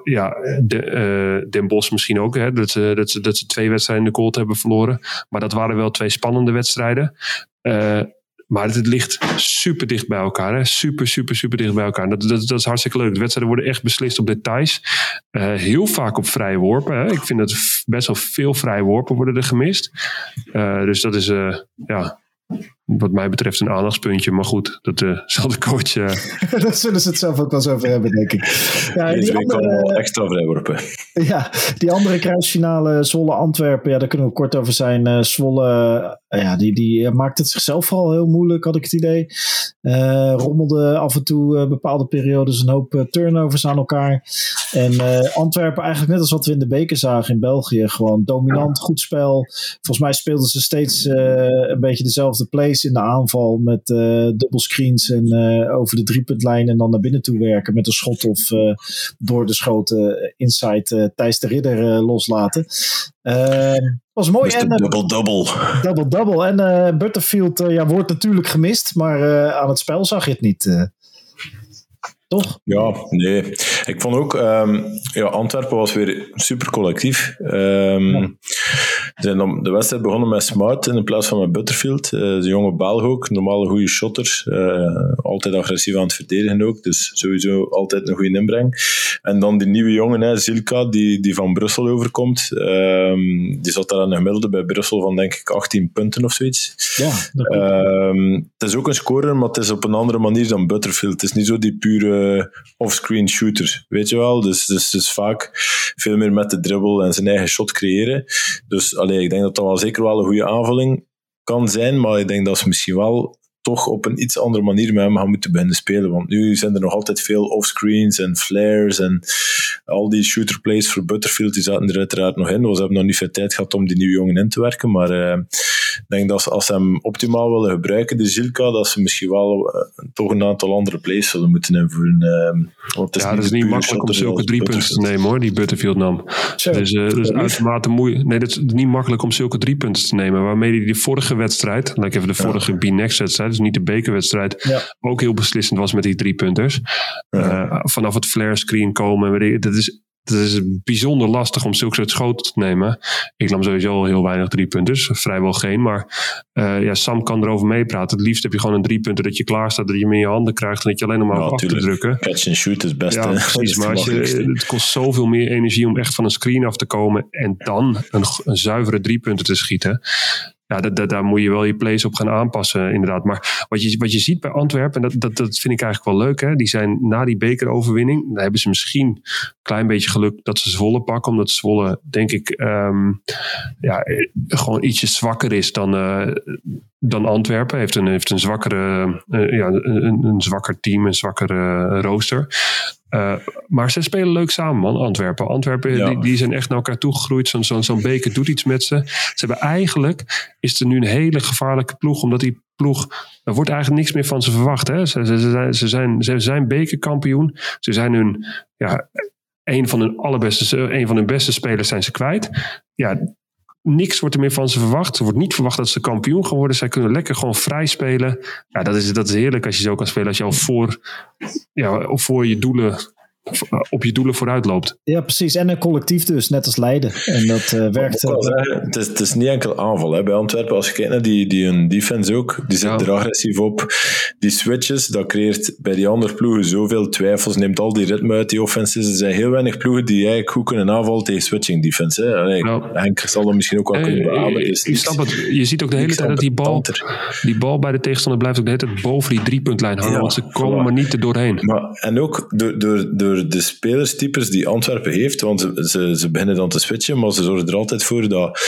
Den Bosch misschien ook. Hè, dat ze 2 wedstrijden in de Colt hebben verloren. Maar dat waren wel 2 spannende wedstrijden. Maar het ligt super dicht bij elkaar. Hè? Super, super, super dicht bij elkaar. Dat is hartstikke leuk. De wedstrijden worden echt beslist op details. Heel vaak op vrije worpen. Hè? Ik vind dat best wel veel vrije worpen worden er gemist. Dus dat is... wat mij betreft een aandachtspuntje. Maar goed, dat zal de coach... Daar zullen ze het zelf ook wel eens over hebben, denk ik. Ja, Deze week al extra vrijworpen. Ja, die andere kruisfinale Zwolle-Antwerpen, daar kunnen we kort over zijn. Zwolle, die maakt het zichzelf vooral heel moeilijk, had ik het idee. Rommelde af en toe bepaalde periodes een hoop turnovers aan elkaar. En Antwerpen eigenlijk net als wat we in de beker zagen in België. Gewoon dominant, goed spel. Volgens mij speelden ze steeds een beetje dezelfde plays in de aanval met dubbelscreens en over de 3-puntlijn en dan naar binnen toe werken met een schot of door de schoten inside Thijs de Ridder loslaten. Was mooi. En Double-double. En Butterfield wordt natuurlijk gemist, maar aan het spel zag je het niet. Toch? Ja, nee. Ik vond ook, Antwerpen was weer super collectief. Zijn de wedstrijd begonnen met Smart in plaats van met Butterfield. De jonge Belg ook, normale goede shotter. Altijd agressief aan het verdedigen ook, dus sowieso altijd een goede inbreng. En dan die nieuwe jongen, Zilka, die van Brussel overkomt. Die zat daar aan een gemiddelde bij Brussel van denk ik 18 punten of zoiets. Ja, het is ook een scorer, maar het is op een andere manier dan Butterfield. Het is niet zo die pure offscreen shooter, weet je wel. Dus vaak veel meer met de dribbel en zijn eigen shot creëren. Dus ik denk dat dat wel zeker wel een goede aanvulling kan zijn, maar ik denk dat ze misschien wel toch op een iets andere manier met hem gaan moeten beginnen spelen. Want nu zijn er nog altijd veel offscreens en flares en al die shooter plays voor Butterfield, die zaten er uiteraard nog in. Ze hebben nog niet veel tijd gehad om die nieuwe jongen in te werken, maar ik denk dat als ze hem optimaal willen gebruiken, de Zilka, dat ze misschien wel toch een aantal andere plays zullen moeten invoeren. Het is niet makkelijk om zulke 3 punten te nemen hoor, die Butterfield nam. Dus uitermate moeilijk. Nee, dat is niet makkelijk om zulke 3 punten te nemen. Waarmee hij de vorige wedstrijd, laat ik even de vorige B-Next wedstrijd, dus niet de bekerwedstrijd, ook heel beslissend was met die 3 punters. Vanaf het flare screen komen. Dat is bijzonder lastig om zulke soort schoten te nemen. Ik nam sowieso al heel weinig 3-punters. Vrijwel geen. Maar Sam kan erover meepraten. Het liefst heb je gewoon een 3-punter dat je klaar staat. Dat je hem in je handen krijgt. En dat je alleen nog maar af te drukken. Catch and shoot is het beste. Ja, precies. Maar het kost zoveel meer energie om echt van een screen af te komen. En dan een zuivere 3-punter te schieten. Ja, daar moet je wel je plays op gaan aanpassen, inderdaad. Maar wat je ziet bij Antwerpen, en dat vind ik eigenlijk wel leuk, hè? Die zijn na die bekeroverwinning, daar hebben ze misschien een klein beetje geluk dat ze Zwolle pakken, omdat Zwolle, denk ik, gewoon ietsje zwakker is dan Antwerpen. Heeft een zwakkere, een zwakker team, een zwakkere rooster. Maar ze spelen leuk samen, man, Antwerpen. Antwerpen, die zijn echt naar elkaar toegegroeid. Zo'n Beker doet iets met ze. Ze hebben eigenlijk, is het nu een hele gevaarlijke ploeg, omdat die ploeg, er wordt eigenlijk niks meer van ze verwacht. Hè? Ze zijn bekerkampioen. Ze zijn een van hun beste spelers zijn ze kwijt. Ja, niks wordt er meer van ze verwacht. Er wordt niet verwacht dat ze kampioen gaan worden. Zij kunnen lekker gewoon vrij spelen. Ja, dat is heerlijk als je zo kan spelen. Als je al voor je doelen, op je doelen vooruit loopt. Ja, precies. En een collectief dus, net als Leiden. En dat werkt. Het is niet enkel aanval hè, bij Antwerpen. Als je kijkt naar die hun defense ook, die zit er agressief op. Die switches, dat creëert bij die andere ploegen zoveel twijfels. Neemt al die ritme uit die offenses. Er zijn heel weinig ploegen die eigenlijk goed kunnen aanvallen tegen switching defense. Hè. Henk zal dat misschien ook wel kunnen beamen. Ik snap het. Je ziet ook de hele tijd dat die bal bij de tegenstander blijft ook de hele tijd boven die 3-puntlijn hangen. Want ze komen maar niet er doorheen. En ook door de spelerstypes die Antwerpen heeft, want ze beginnen dan te switchen, maar ze zorgen er altijd voor dat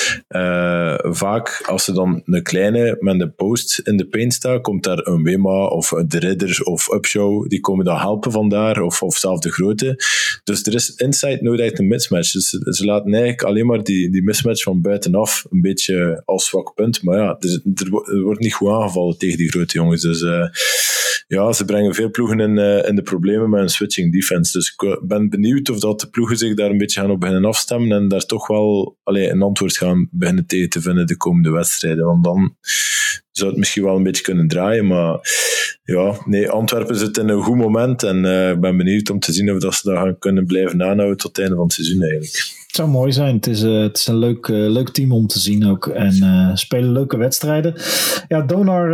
vaak, als ze dan een kleine met een post in de paint staat, komt daar een Wema of de Ridders of Upshow, die komen dan helpen vandaar, of zelf de grote. Dus er is inside nooit echt een mismatch. Dus ze laten eigenlijk alleen maar die mismatch van buitenaf een beetje als zwak punt, maar ja, er wordt niet goed aangevallen tegen die grote jongens. Dus ze brengen veel ploegen in de problemen met een switching defense. Dus ik ben benieuwd of dat de ploegen zich daar een beetje gaan op beginnen afstemmen en daar toch wel een antwoord gaan beginnen tegen te vinden de komende wedstrijden. Want dan zou het misschien wel een beetje kunnen draaien. Maar Antwerpen zit in een goed moment en ik ben benieuwd om te zien of dat ze dat gaan kunnen blijven aanhouden tot het einde van het seizoen eigenlijk. Het zou mooi zijn. Het is een leuk team om te zien ook. En spelen leuke wedstrijden. Ja, Donar,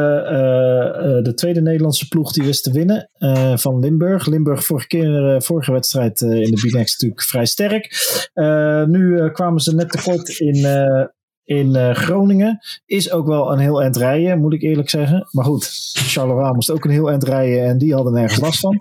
de tweede Nederlandse ploeg, die wist te winnen van Limburg. Limburg vorige wedstrijd in de B-Next natuurlijk vrij sterk. Nu kwamen ze net tekort in Groningen. Is ook wel een heel eind rijden, moet ik eerlijk zeggen. Maar goed, Charleroi moest ook een heel eind rijden en die hadden nergens last van.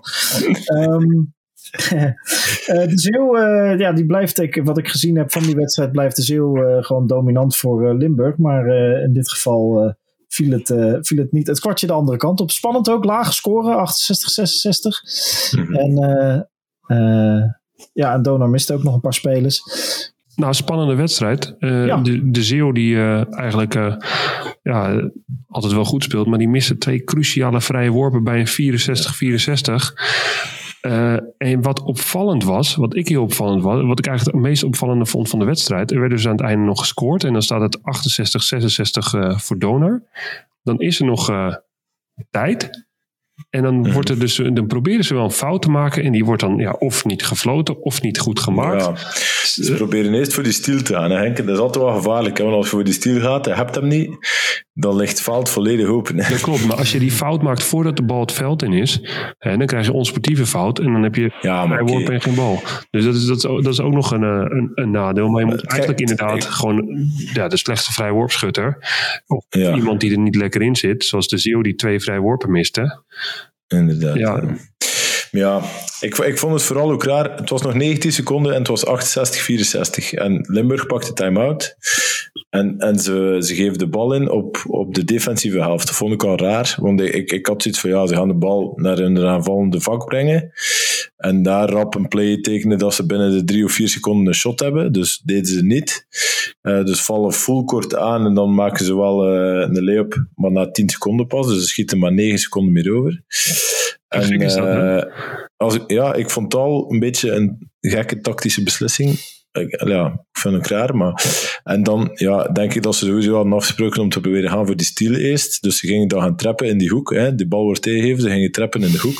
De Zeeuw, die blijft, wat ik gezien heb van die wedstrijd, blijft de Zeeuw gewoon dominant voor Limburg. Maar in dit geval viel het niet. Het kwartje de andere kant op. Spannend ook, lage scoren, 68-66. Mm-hmm. En Donar miste ook nog een paar spelers. Nou, spannende wedstrijd. De Zeeuw die eigenlijk altijd wel goed speelt, maar die miste 2 cruciale vrije worpen bij een 64-64. En wat opvallend was, wat ik heel opvallend was, wat ik eigenlijk het meest opvallende vond van de wedstrijd, er werd dus aan het einde nog gescoord en dan staat het 68-66 voor Donar. Dan is er nog tijd. En dan wordt er dan proberen ze wel een fout te maken en die wordt dan of niet gefloten of niet goed gemaakt. Ja, ze proberen eerst voor die stiel te gaan. Hè, Henk? Dat is altijd wel gevaarlijk. Hè? Want als je voor die stiel gaat, je hebt hem niet, dan ligt het veld volledig open. Hè? Dat klopt, maar als je die fout maakt voordat de bal het veld in is, dan krijg je onsportieve fout en dan heb je worp en geen bal. Dus dat is ook nog een nadeel. Maar je moet eigenlijk inderdaad gewoon de slechtste vrijworpschutter, of iemand die er niet lekker in zit, zoals de Zeeuw die 2 vrijworpen miste. Inderdaad. Ja, ik vond het vooral ook raar. Het was nog 19 seconden en het was 68-64. En Limburg pakt de time-out. En ze geven de bal in op de defensieve helft. Dat vond ik al raar. Want ik had zoiets van, ze gaan de bal naar hun aanvallende vak brengen. En daar rap een play tekenen dat ze binnen de 3 of 4 seconden een shot hebben. Dus deden ze niet. Dus vallen full kort aan en dan maken ze wel een lay-up, maar na 10 seconden pas. Dus ze schieten maar 9 seconden meer over. En ik vond het al een beetje een gekke tactische beslissing. Ik vind het ook raar, maar... En dan denk ik dat ze sowieso hadden afgesproken om te proberen gaan voor die stiel eerst. Dus ze gingen dan gaan trappen in die hoek. Hè. De bal wordt tegengegeven, ze gingen trappen in de hoek.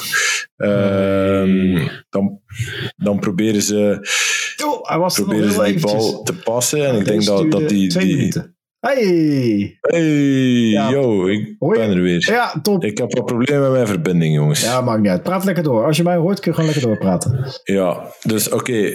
Dan proberen ze... die bal te passen. En ik denk dat die Hey, ik ben er weer. Ja, top. Ik heb wat problemen met mijn verbinding, jongens. Ja, maakt niet uit. Praat lekker door. Als je mij hoort, kun je gewoon lekker doorpraten. Ja, dus oké.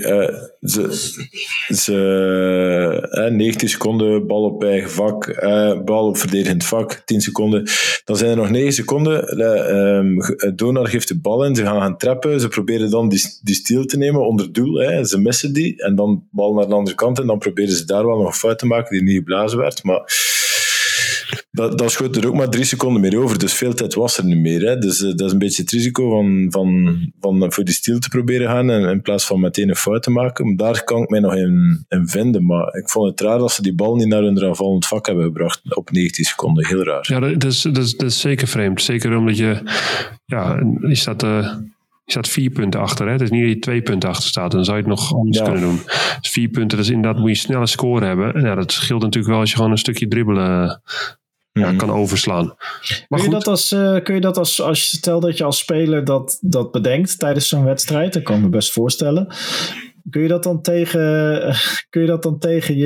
19 seconden, bal op eigen vak, bal op verdedigend vak, 10 seconden. Dan zijn er nog 9 seconden. Donar geeft de bal in, ze gaan trappen. Ze proberen dan die steal te nemen onder doel. Ze missen die. En dan bal naar de andere kant. En dan proberen ze daar wel nog een fout te maken die niet geblazen werd. Maar dat schoot er ook maar 3 seconden meer over, dus veel tijd was er niet meer. Hè. Dus dat is een beetje het risico van voor die stiel te proberen gaan in plaats van meteen een fout te maken. Daar kan ik mij nog in vinden, maar ik vond het raar dat ze die bal niet naar hun aanvallend vak hebben gebracht op 19 seconden. Heel raar. Ja, dat is zeker vreemd. Zeker omdat je staat 4 punten achter. Hè? Het is niet dat je 2 punten achter staat. Dan zou je het nog anders kunnen doen. Dus 4 punten, dus inderdaad moet je snelle score hebben. En dat scheelt natuurlijk wel als je gewoon een stukje dribbelen kan overslaan. Maar kun je dat als je stel dat je als speler dat bedenkt tijdens zo'n wedstrijd, dat kan ik me best voorstellen. Kun je dat dan tegen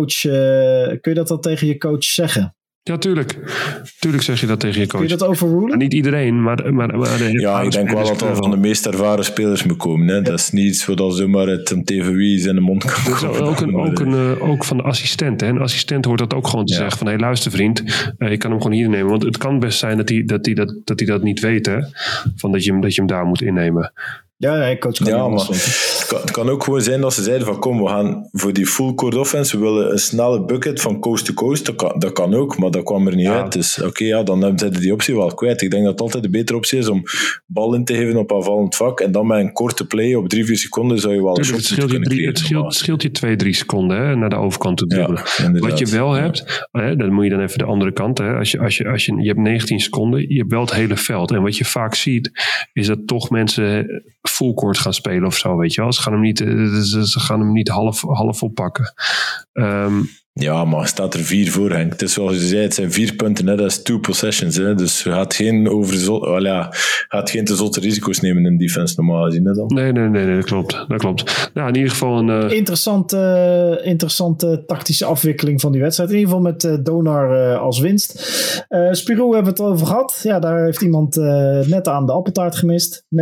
je coach zeggen? Ja, tuurlijk. Tuurlijk zeg je dat tegen je coach. Kun je dat overrulen? Niet iedereen, maar ik denk wel dat dat van de meest ervaren spelers moet komen. Hè. Dat is niet iets wat zomaar het een TVW's in de mond kan komen. Ook van de assistent. Hè. Een assistent hoort dat ook gewoon te zeggen. Van, hey, luister vriend, je kan hem gewoon hier nemen. Want het kan best zijn dat hij dat niet weet. Hè. Van dat je hem daar moet innemen. Ja, coach kan maar het kan ook gewoon zijn dat ze zeiden van kom, we gaan voor die full court offense, we willen een snelle bucket van coast to coast. Dat kan ook, maar dat kwam er niet uit. Dus dan hebben ze die optie wel kwijt. Ik denk dat het altijd de betere optie is om bal in te geven op aanvallend vak en dan met een korte play op 3-4 seconden zou je wel een shot kunnen creëren. Het scheelt je 2-3 seconden hè, naar de overkant te dribbelen. Wat je wel hebt, dan moet je dan even de andere kant. Hè, als je hebt 19 seconden, je hebt wel het hele veld. En wat je vaak ziet, is dat toch mensen full court gaan spelen of zo, weet je wel. Ze gaan hem niet half oppakken. Ja, maar staat er 4 voor, Henk. Het is zoals je zei, het zijn 4 punten, hè. Dat is 2 possessions. Hè. Dus je gaat geen te zotte risico's nemen in defense normaal gezien. Hè, dan. Nee, dat klopt. Nou, in ieder geval een... Interessante tactische afwikkeling van die wedstrijd. In ieder geval met Donar als winst. Spirou hebben we het over gehad. Ja, daar heeft iemand net aan de appeltaart gemist. 99-84.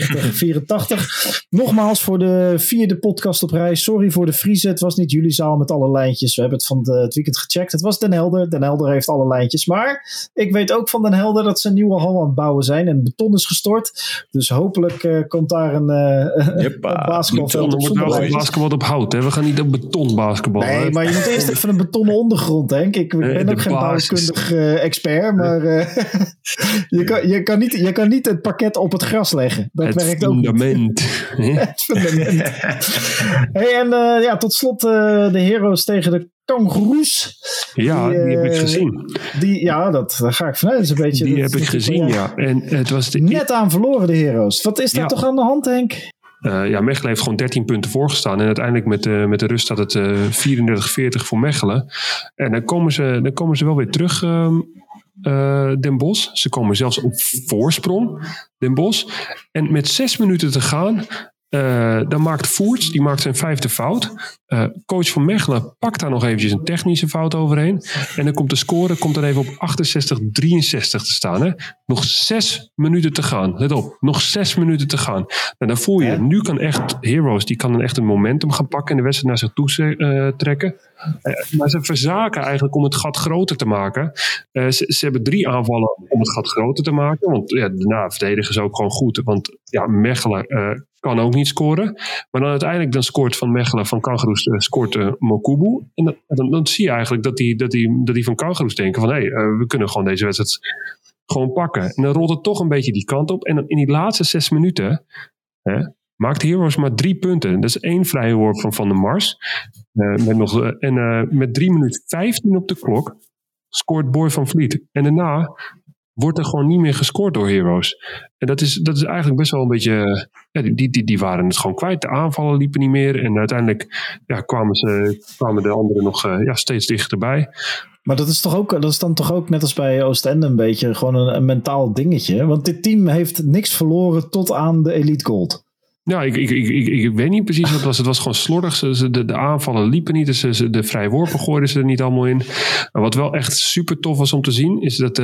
Nogmaals voor de 4e podcast op rij. Sorry voor de Friese. Het was niet jullie zaal met alle lijntjes. We hebben het van het weekend gecheckt. Het was Den Helder. Den Helder heeft alle lijntjes. Maar ik weet ook van Den Helder dat ze een nieuwe hal aan het bouwen zijn. En beton is gestort. Dus hopelijk komt daar een basketbalveld op zonder lijntjes. Basketbal op hout. Hè? We gaan niet op beton basketbal. Nee, maar je moet eerst even een betonnen ondergrond, Henk. Ik ben ook geen bouwkundig expert. Maar je kan niet het parket op het gras leggen. Dat werkt ook niet. Het fundament. Hey, en tot slot de Heroes tegen de Kangaroes. Ja, die heb ik gezien. Daar ga ik vanuit. Is een beetje, die heb ik gezien, ja. En het was net aan verloren, de Heroes. Wat is daar toch aan de hand, Henk? Mechelen heeft gewoon 13 punten voorgestaan. En uiteindelijk met de rust staat het 34-40 voor Mechelen. En dan komen ze wel weer terug, Den Bosch. Ze komen zelfs op voorsprong, Den Bosch. En met 6 minuten te gaan... dan maakt Voerts, die maakt zijn 5e fout. Coach van Mechelen pakt daar nog eventjes een technische fout overheen. En dan komt de score dan even op 68-63 te staan. Hè? Nog 6 minuten te gaan. Let op, nog 6 minuten te gaan. En dan voel je, nu kan echt Heroes, die kan dan echt een momentum gaan pakken en de wedstrijd naar zich toe trekken. Maar ze verzaken eigenlijk om het gat groter te maken. Ze hebben 3 aanvallen om het gat groter te maken. Want daarna verdedigen ze ook gewoon goed. Want Mechelen kan ook niet scoren. Maar dan uiteindelijk scoort van Mechelen, van Kangaroes, scoort Mokubu. En dan zie je eigenlijk dat die van Kangaroes denken van we kunnen gewoon deze wedstrijd gewoon pakken. En dan rolt het toch een beetje die kant op. En dan in die laatste 6 minuten maakt Heroes maar 3 punten. Dat is 1 vrije worp van der Mars. Met 3 minuten 15 op de klok scoort Boy van Vliet. En daarna wordt er gewoon niet meer gescoord door Heroes. En dat is eigenlijk best wel een beetje... Die waren het gewoon kwijt. De aanvallen liepen niet meer. En uiteindelijk kwamen de anderen nog steeds dichterbij. Maar dat is dan toch ook net als bij Oostende een beetje gewoon een mentaal dingetje. Want dit team heeft niks verloren tot aan de Elite Gold. Ja, ik weet niet precies wat het was. Het was gewoon slordig. De aanvallen liepen niet. Dus de vrije worpen gooiden ze er niet allemaal in. Maar wat wel echt super tof was om te zien... is dat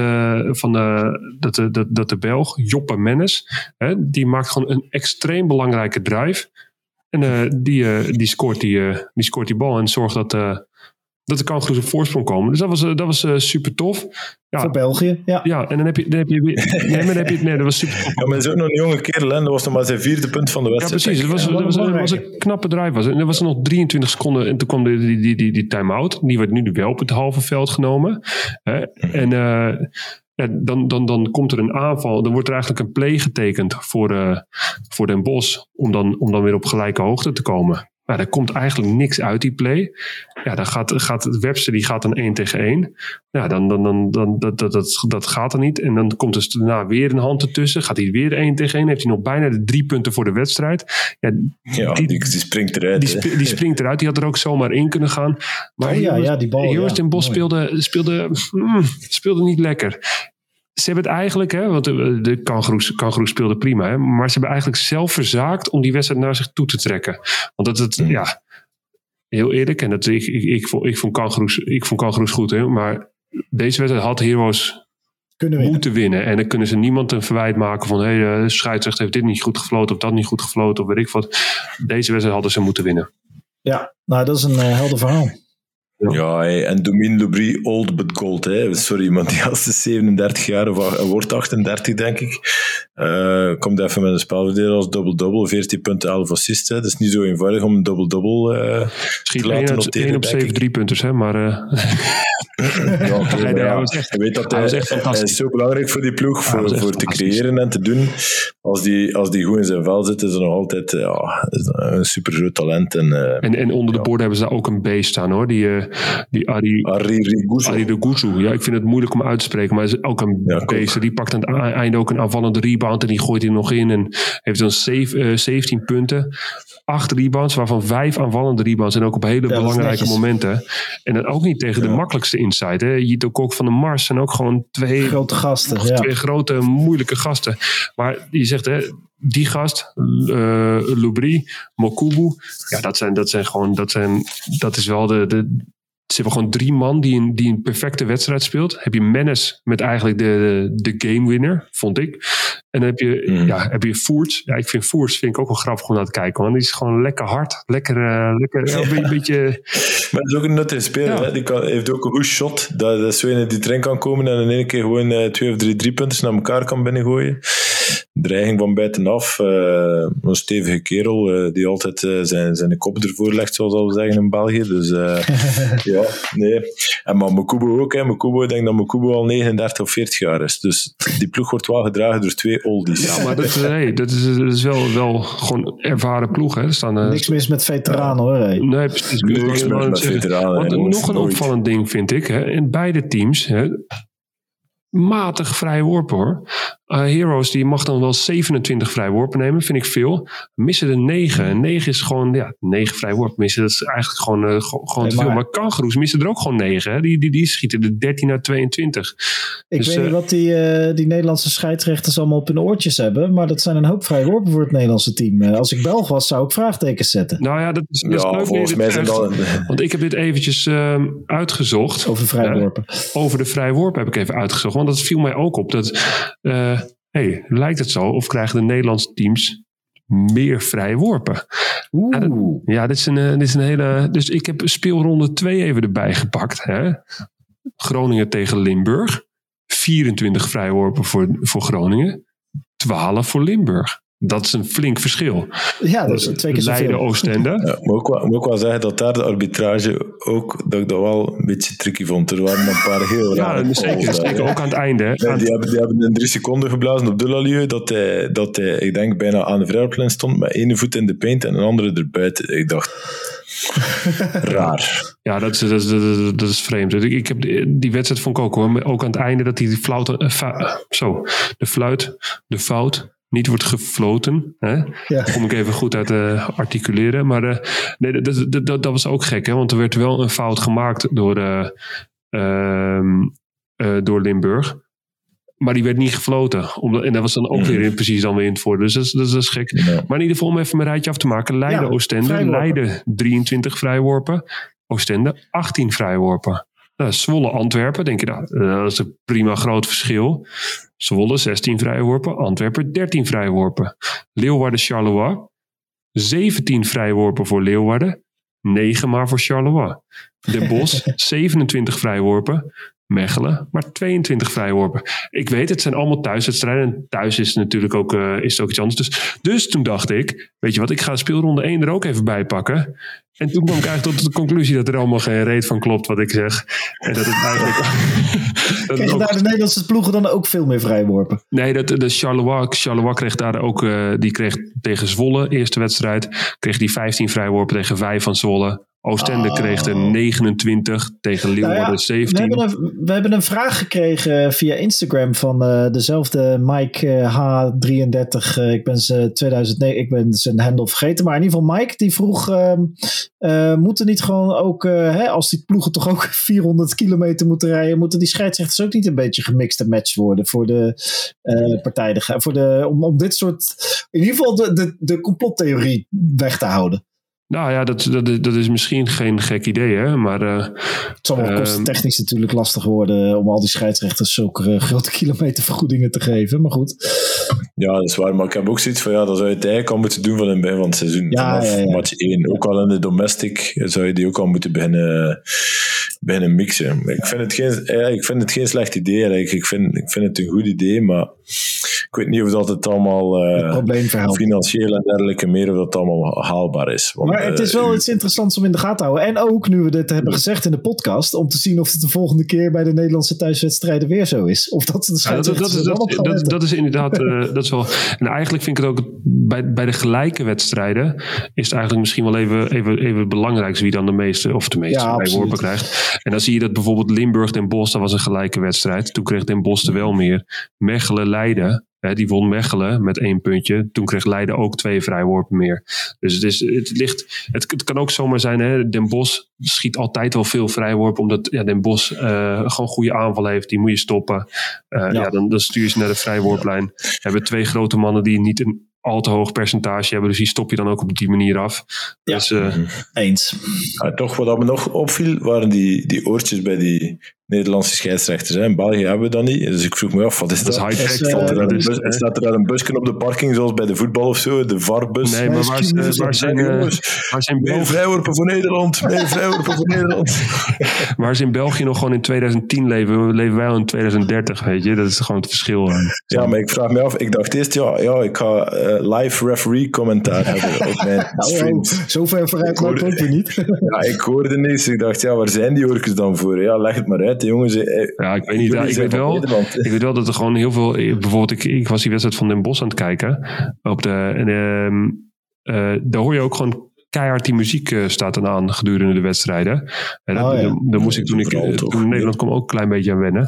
de Belg, Joppe Mennes... die maakt gewoon een extreem belangrijke drive. En die scoort die bal en zorgt dat de Kangaroes op voorsprong komen. Dus dat was super tof. Ja. Voor België, ja. Ja, en dan heb je weer... Nee, dat was super tof. Ja, maar hij is ook nog een jonge kerel, hè. Dat was nog maar zijn 4e punt van de wedstrijd. Ja, precies. Dat was een knappe drive. En er was er nog 23 seconden en toen kwam die time-out. Die werd nu wel op het halve veld genomen. En dan komt er een aanval. Dan wordt er eigenlijk een play getekend voor Den Bosch om dan weer op gelijke hoogte te komen. Maar er komt eigenlijk niks uit die play. Ja, dan gaat Webster die gaat dan 1 tegen 1. Ja, dat gaat er niet. En dan komt dus daarna weer een hand ertussen. Gaat hij weer 1 tegen 1. Heeft hij nog bijna de 3 punten voor de wedstrijd. Ja, die springt eruit. Die springt eruit. Die had er ook zomaar in kunnen gaan. Maar die bal. Heroes Den Bosch speelde niet lekker. Ze hebben het eigenlijk, want de Kangaroes speelden prima, hè, maar ze hebben eigenlijk zelf verzaakt om die wedstrijd naar zich toe te trekken. Want heel eerlijk, en ik vond Kangaroes goed, hè, maar deze wedstrijd had Heroes moeten winnen. En dan kunnen ze niemand een verwijt maken van de scheidsrechter heeft dit niet goed gefloten of dat niet goed gefloten of weet ik wat. Deze wedstrijd hadden ze moeten winnen. Ja, nou dat is een helder verhaal. Ja, en Domine Lubry, old but gold. Hè. Sorry, maar die gast is 37 jaar, of wordt 38, denk ik. Komt even met een spelverdeel als double-double, 14 punten, 11 assists. Hè. Dat is niet zo eenvoudig om een double-double te laten noteren. 1 op 7 3-punters, hè, maar... Je weet dat hij is zo belangrijk voor die ploeg, voor te creëren en te doen. Als die goed in zijn vel zit, is er nog altijd een super groot talent. En onder de borden hebben ze daar ook een beest staan, hoor. Die Ari Reguzu. Ja, ik vind het moeilijk om uit te spreken, maar hij is ook een beest. Die pakt aan het einde ook een aanvallende rebound en die gooit hij nog in en heeft dan 17 punten. 8 rebounds, waarvan 5 aanvallende rebounds en ook op hele belangrijke momenten. En dan ook niet tegen de makkelijkste inside. Hè. Jito Kok van de Mars zijn ook gewoon 2 grote gasten. 2 grote, moeilijke gasten. Maar je zegt, hè, die gast, Lubry, Mokubu, ja, dat is wel ze hebben gewoon 3 man die een perfecte wedstrijd speelt. Heb je Menes met eigenlijk de game winner, vond ik. En dan heb je Voorts. Ja, ik vind Voorts ook wel grappig om naar te kijken. Want die is gewoon lekker hard. Lekker een beetje... Maar dat is ook een nuttige speler. Ja. Die heeft ook een goed shot. Dat is zo een die erin kan komen en in één keer gewoon 2 of 3 3-punters naar elkaar kan binnengooien. Dreiging van buitenaf. Een stevige kerel die altijd zijn kop ervoor legt, zoals we zeggen in België. Dus ja, nee. En maar Mokubu ook. Ik denk dat Mokubu al 39 of 40 jaar is. Dus die ploeg wordt wel gedragen door 2 oldies. Ja, maar dat is wel gewoon ervaren ploeg. Hè. Er staan, niks mis met veteranen, hoor. Hey. Nee, precies. Niks mis met veteranen. Nog een opvallend ding vind ik. Hè. In beide teams... Hè, matig vrijworpen, hoor. Heroes die mag dan wel 27 vrijworpen nemen, vind ik veel. Missen er 9. En 9 is gewoon, 9 vrijworpen missen. Dat is eigenlijk gewoon te veel. Maar Kangaroes missen er ook gewoon 9. Hè. Die schieten er 13 uit 22. Ik weet niet wat die Nederlandse scheidsrechters allemaal op hun oortjes hebben, maar dat zijn een hoop vrijworpen voor het Nederlandse team. Als ik Belg was, zou ik vraagtekens zetten. Nou ja, dat is leuk. Volgens mij zijn want ik heb dit eventjes uitgezocht. Over vrijworpen. Over de vrijworpen heb ik even uitgezocht. Want dat viel mij ook op. Dat... lijkt het zo? Of krijgen de Nederlandse teams meer vrije worpen? Ja, dit is een hele... Dus ik heb speelronde 2 even erbij gepakt. Hè? Groningen tegen Limburg. 24 vrije worpen voor Groningen. 12 voor Limburg. Dat is een flink verschil. Ja, dat is 2 keer zoveel. Leiden, Oostende. Ja, moet ook wel zeggen dat daar de arbitrage ook, dat ik dat wel een beetje tricky vond. Er waren een paar heel rare zeker ook aan het einde. Hè. Die hebben in 3 seconden geblazen op Dulalieu dat hij, ik denk, bijna aan de vrijworplijn stond met 1 voet in de paint en een andere erbuiten. Ik dacht, raar. Ja, dat is vreemd. Ik heb die wedstrijd vond ik ook, hoor. Ook aan het einde dat die de fout niet wordt gefloten. Hè? Ja. Kom ik even goed uit articuleren. Maar dat was ook gek. Hè? Want er werd wel een fout gemaakt door Limburg. Maar die werd niet gefloten. En dat was dan ook weer precies dan weer in het voordeel. Dus dat is gek. Ja. Maar in ieder geval om even mijn rijtje af te maken. Leiden, Oostende. Leiden 23 vrijworpen. Oostende 18 vrijworpen. Zwolle, Antwerpen, denk je dat is een prima groot verschil. Zwolle 16 vrijworpen, Antwerpen 13 vrijworpen. Leeuwarden, Charleroi 17 vrijworpen voor Leeuwarden, 9 maar voor Charleroi. Den Bosch, 27 vrijworpen. Mechelen, maar 22 vrijworpen. Ik weet, het zijn allemaal thuiswedstrijden. En thuis is natuurlijk ook, is het ook iets anders. Dus toen dacht ik, weet je wat, ik ga de speelronde 1 er ook even bij pakken. En toen kwam ik eigenlijk tot de conclusie dat er allemaal geen reet van klopt wat ik zeg. En dat het eigenlijk... Krijgen daar de Nederlandse ploegen dan ook veel meer vrijworpen? Nee, de Charleroi kreeg daar ook... die kreeg tegen Zwolle, eerste wedstrijd... kreeg die 15 vrijworpen tegen 5 van Zwolle. Oostende kreeg er 29 tegen Leeuwarden 17. We hebben een vraag gekregen via Instagram van dezelfde Mike H33. Ik ben zijn handle vergeten. Maar in ieder geval Mike die vroeg... moeten niet gewoon ook... als die ploegen toch ook 400 kilometer moeten rijden... moeten die scheidsrechters ook niet een beetje gemixte match worden... voor de partij. Om dit soort... in ieder geval de complottheorie weg te houden. Nou ja, dat is misschien geen gek idee, hè? Maar, het zal wel kostentechnisch natuurlijk lastig worden om al die scheidsrechters zulke grote kilometervergoedingen te geven, maar goed. Ja, dat is waar, maar ik heb ook zoiets van, dat zou je het eigenlijk al moeten doen van in het begin van het seizoen. Vanaf match 1. Ook al in de domestic zou je die ook al moeten beginnen mixen. Ik vind het geen slecht idee, eigenlijk. Ik vind het een goed idee, maar ik weet niet of dat het allemaal financieel en dergelijke meer, of dat allemaal haalbaar is. Want, maar het is wel iets interessants om in de gaten te houden. En ook, nu we dit hebben gezegd in de podcast, om te zien of het de volgende keer bij de Nederlandse thuiswedstrijden weer zo is. Of dat de scheidsrechters dat is inderdaad, dat is wel... En eigenlijk vind ik het ook, bij de gelijke wedstrijden, is het eigenlijk misschien wel even het belangrijkste wie dan de meeste vrijworpen krijgt. En dan zie je dat bijvoorbeeld Limburg Den Bosch, dat was een gelijke wedstrijd. Toen kreeg Den Bosch er wel meer. Mechelen Leiden, die won Mechelen met 1 puntje. Toen kreeg Leiden ook 2 vrijworpen meer. Dus het kan ook zomaar zijn, hè? Den Bosch schiet altijd wel veel vrijworpen, omdat Den Bosch gewoon goede aanval heeft. Die moet je stoppen. Dan stuur je ze naar de vrijworplijn. Hebben 2 grote mannen die niet een al te hoog percentage hebben, dus die stop je dan ook op die manier af. Ja, dus, eens. Toch, wat me nog opviel, waren die oortjes bij die Nederlandse scheidsrechters. In België hebben we dat niet, dus ik vroeg me af, wat is dat? Staat er daar een busje op de parking, zoals bij de voetbal of zo, de VAR-bus? Nee, maar waar zijn meer vrijworpen voor Nederland, meer vrijworpen voor Nederland. Waar ze in België nog gewoon in 2010 leven wij al in 2030, weet je? Dat is gewoon het verschil. Ja, maar ik vraag me af, ik dacht eerst, ik ga live referee commentaar hebben op mijn streams. Zo ver vooruit loopt ook weer niet. Ja, ik hoorde niets, ik dacht, waar zijn die oortjes dan voor? Ja, leg het maar uit. De jongens, ik weet niet. Ik weet wel dat er gewoon heel veel... Bijvoorbeeld, ik was die wedstrijd van Den Bosch aan het kijken. Daar hoor je ook gewoon keihard die muziek staat dan aan gedurende de wedstrijden. Dan moest ik toen in Nederland kwam ook een klein beetje aan wennen.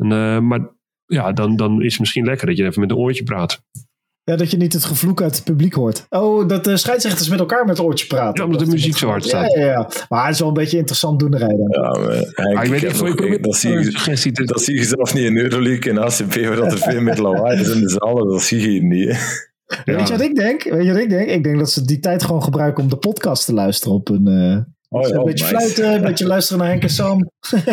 Dan is het misschien lekker dat je even met een oortje praat. Ja, dat je niet het gevloek uit het publiek hoort. Oh, dat de scheidsrechters met elkaar met het oortje praten. Ja, omdat de muziek zo hard staat. Ja. Maar het is wel een beetje interessant doenerij dan. Ja, dat zie je zelf niet in Euroleague en ACB, waar dat er veel meer lawaai is in de zalen. Dat zie je hier niet, hè. Ja. Weet je wat ik denk? Ik denk dat ze die tijd gewoon gebruiken om de podcast te luisteren op een... een beetje fluiten, een beetje luisteren naar Henk en Sam.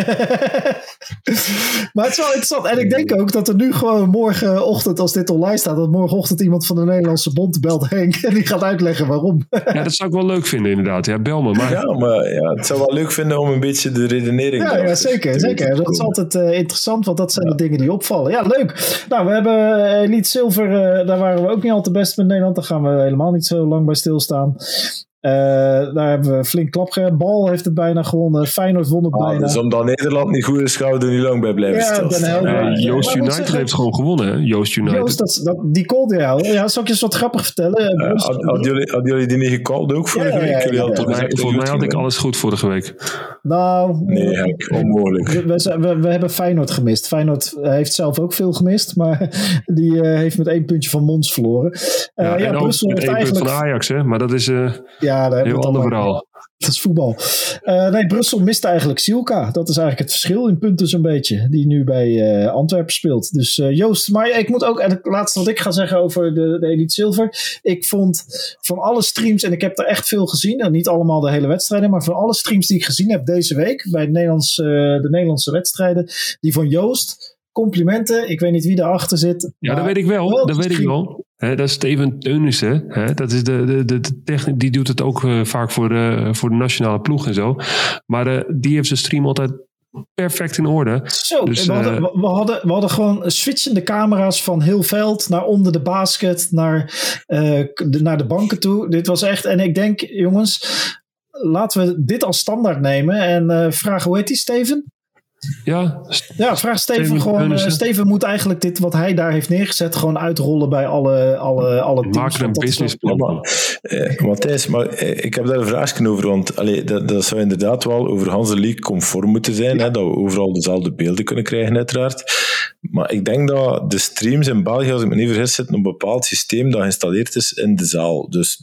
Maar het is wel interessant. En ik denk ook dat er nu gewoon morgenochtend, als dit online staat, dat morgenochtend iemand van de Nederlandse Bond belt Henk en die gaat uitleggen waarom. Ja, dat zou ik wel leuk vinden inderdaad. Ja, bel me. Maar... Ja, maar het zou wel leuk vinden om een beetje de redenering Ja, zeker. Dat is altijd interessant, want dat zijn de dingen die opvallen. Ja, leuk. Nou, we hebben Elite Silver, daar waren we ook niet al te best met Nederland. Daar gaan we helemaal niet zo lang bij stilstaan. Daar hebben we flink klap gegeven. Bal heeft het bijna gewonnen. Feyenoord won het bijna. Dus omdat Nederland niet goed is, gaan we er niet lang bij blijven stilstaan. Joost United heeft gewoon gewonnen. Hè? Joost United. Joost, die callde jou. Ja, zal ik je eens wat grappig vertellen? Hadden jullie die niet gecalled ook vorige week? Volgens mij had ik alles goed vorige week. Nou... Nee, onmogelijk. We hebben Feyenoord gemist. Feyenoord heeft zelf ook veel gemist, maar die heeft met 1 puntje van Mons verloren. En Brussel ook met 1 punt van Ajax, hè? Maar dat is... daar heel ander verhaal. Dat is voetbal. Brussel mist eigenlijk Silka. Dat is eigenlijk het verschil in punten zo'n beetje. Die nu bij Antwerpen speelt. Dus Joost, maar ik moet ook... En het laatste wat ik ga zeggen over de Elite Silver. Ik vond van alle streams... En ik heb er echt veel gezien. En niet allemaal de hele wedstrijden. Maar van alle streams die ik gezien heb deze week. Bij de Nederlandse wedstrijden. Die van Joost... Complimenten. Ik weet niet wie daarachter zit. Ja, dat weet ik wel. Dat weet ik wel. Dat is Steven Teunissen. Dat is de techniek. Die doet het ook vaak voor de nationale ploeg en zo. Maar die heeft zijn stream altijd perfect in orde. Zo, dus, we hadden gewoon switchende camera's van heel veld naar onder de basket, naar de banken toe. Dit was echt, en ik denk, jongens, laten we dit als standaard nemen en vragen, hoe heet die, Steven? Ja, vraag Steven gewoon. Steven moet eigenlijk dit wat hij daar heeft neergezet gewoon uitrollen bij alle teams. Maak er een businessplan. Matthijs, maar ik heb daar een vraagje over, want dat zou inderdaad wel over Hanse League conform moeten zijn, dat we overal dezelfde beelden kunnen krijgen uiteraard. Maar ik denk dat de streams in België, als ik me niet vergis, zitten op een bepaald systeem dat geïnstalleerd is in de zaal. Dus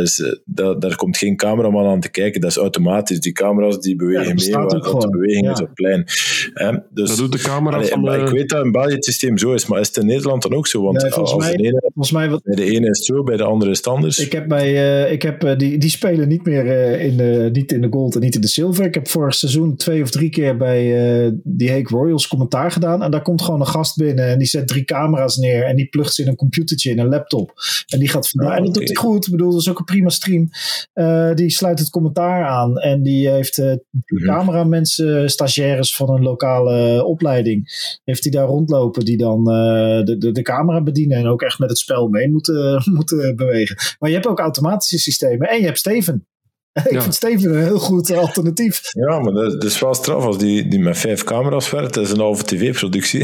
daar komt geen cameraman aan te kijken, dat is automatisch. Die camera's die bewegen mee, want de beweging is op plein. Dus, dat doet de camera ik weet dat in België het systeem zo is, maar is het in Nederland dan ook zo? Want nee, bij de ene is het zo, bij de andere is het anders. Ik heb die spelen niet meer niet in de gold en niet in de silver. Ik heb vorig seizoen 2 of 3 keer bij die Heek Royals commentaar gedaan. En daar komt gewoon een gast binnen en die zet 3 camera's neer en die plugt ze in een computertje in een laptop. En die gaat vandaar. En dat doet hij goed. Ik bedoel, dat is ook een prima stream. Die sluit het commentaar aan en die heeft cameramensen, stagiaires van een lokale opleiding. Heeft hij daar rondlopen die dan de camera bedienen en ook echt met het spel mee moeten bewegen. Maar je hebt ook automatische systemen en je hebt Steven. Ik vind Steven een heel goed alternatief. Ja, maar dat is wel straf als die met 5 camera's werkt. Dat is een halve tv-productie.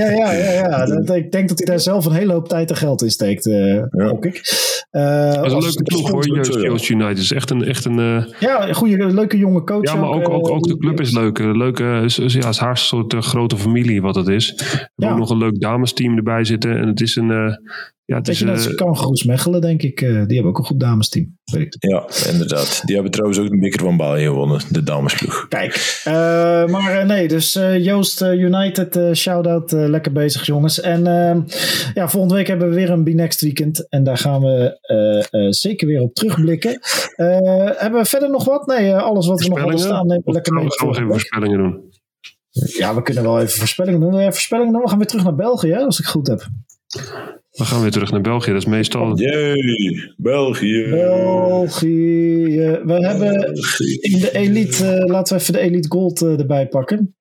Ja. Ik denk dat hij daar zelf een hele hoop tijd en geld in steekt. Ook ik. Dat is een leuke ploeg hoor, Joost United. Het is echt een goede, leuke jonge coach. Ja, maar ook de club is leuk. Het is haar soort grote familie wat het is. We hebben ook nog een leuk damesteam erbij zitten. En het is een... het is net als Kangaroes Mechelen, denk ik. Die hebben ook een goed damesteam. Ja, inderdaad. Die hebben trouwens ook de beker van België gewonnen, de damesploeg. Kijk, dus Joost United, shout-out, lekker bezig jongens. En volgende week hebben we weer een B-Next weekend. En daar gaan we zeker weer op terugblikken. Hebben we verder nog wat? Nee, alles wat we nog hadden staan, nemen we lekker mee. Gaan we even voorspellingen doen? Ja, we kunnen wel even voorspellingen doen. We gaan weer terug naar België, als ik het goed heb. We gaan weer terug naar België. Dat is meestal... Jee, België. We hebben in de Elite... laten we even de Elite Gold erbij pakken.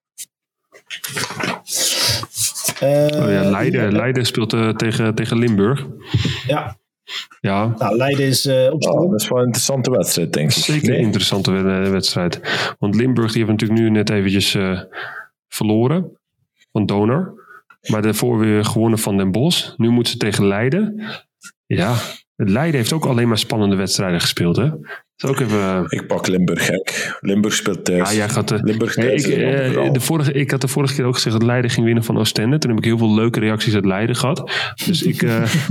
Leiden speelt tegen Limburg. Ja. Ja. Nou, Leiden is op school. Dat is wel een interessante wedstrijd, denk ik. Zeker een interessante wedstrijd. Want Limburg die heeft natuurlijk nu net eventjes verloren van Donor. Maar daarvoor weer gewonnen van Den Bosch. Nu moeten ze tegen Leiden. Ja, Leiden heeft ook alleen maar spannende wedstrijden gespeeld, hè? Ook even... Ik pak Limburg, Henk. Limburg speelt thuis. Ja, jij gaat Limburg thuis. Ik had de vorige keer ook gezegd dat Leiden ging winnen van Oostende. Toen heb ik heel veel leuke reacties uit Leiden gehad. Dus ik...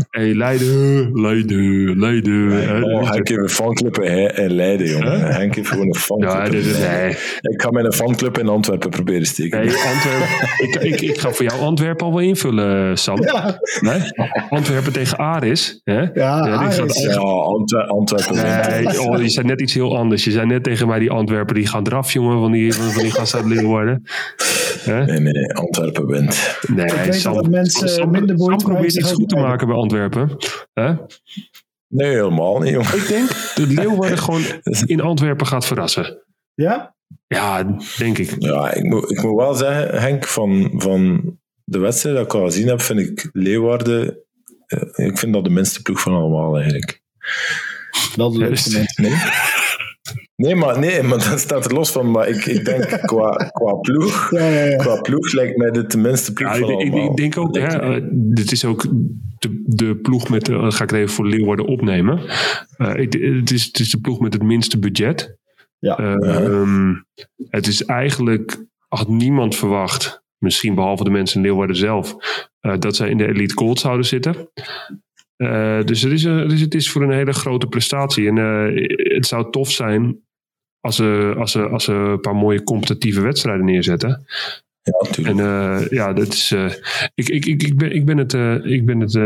Leiden. Henk heeft een fanclub in Leiden, jongen. Henk heeft gewoon een fanclub. Ik ga mijn fanclub in Antwerpen proberen steken. Nee, Antwerpen. Ik ga voor jou Antwerpen al wel invullen, Sam. Ja. Nee? Antwerpen tegen Aris. Hè? Antwerpen. Nee, je zei net iets heel anders. Je zei net tegen mij die Antwerpen, die gaan eraf, jongen, van die gasten uit Leeuwarden. Nee, Antwerpen wint. Nee, ik weet dat mensen minder boeit. Sam probeert iets goed te maken bij Antwerpen. Nee, helemaal niet, jongen. Ik denk dat Leeuwarden gewoon in Antwerpen gaat verrassen. Ja? Ja, denk ik. Ja, ik moet wel zeggen, Henk, van de wedstrijd dat ik al gezien heb, vind ik Leeuwarden... ik vind dat de minste ploeg van allemaal, eigenlijk. Wel de leukste mensen. Nee, maar dat staat er los van. Maar ik denk qua ploeg, qua ploeg lijkt mij dit de minste ploeg van allemaal. Ik denk ook, dit is ook de ploeg met, ga ik het even voor Leeuwarden opnemen. Het is de ploeg met het minste budget. Ja. Het is eigenlijk, had niemand verwacht, misschien behalve de mensen in Leeuwarden zelf, dat zij in de Elite Gold zouden zitten. Dus het is voor een hele grote prestatie. En het zou tof zijn als ze een paar mooie competitieve wedstrijden neerzetten. Ja, natuurlijk. En dat is... Ik ben het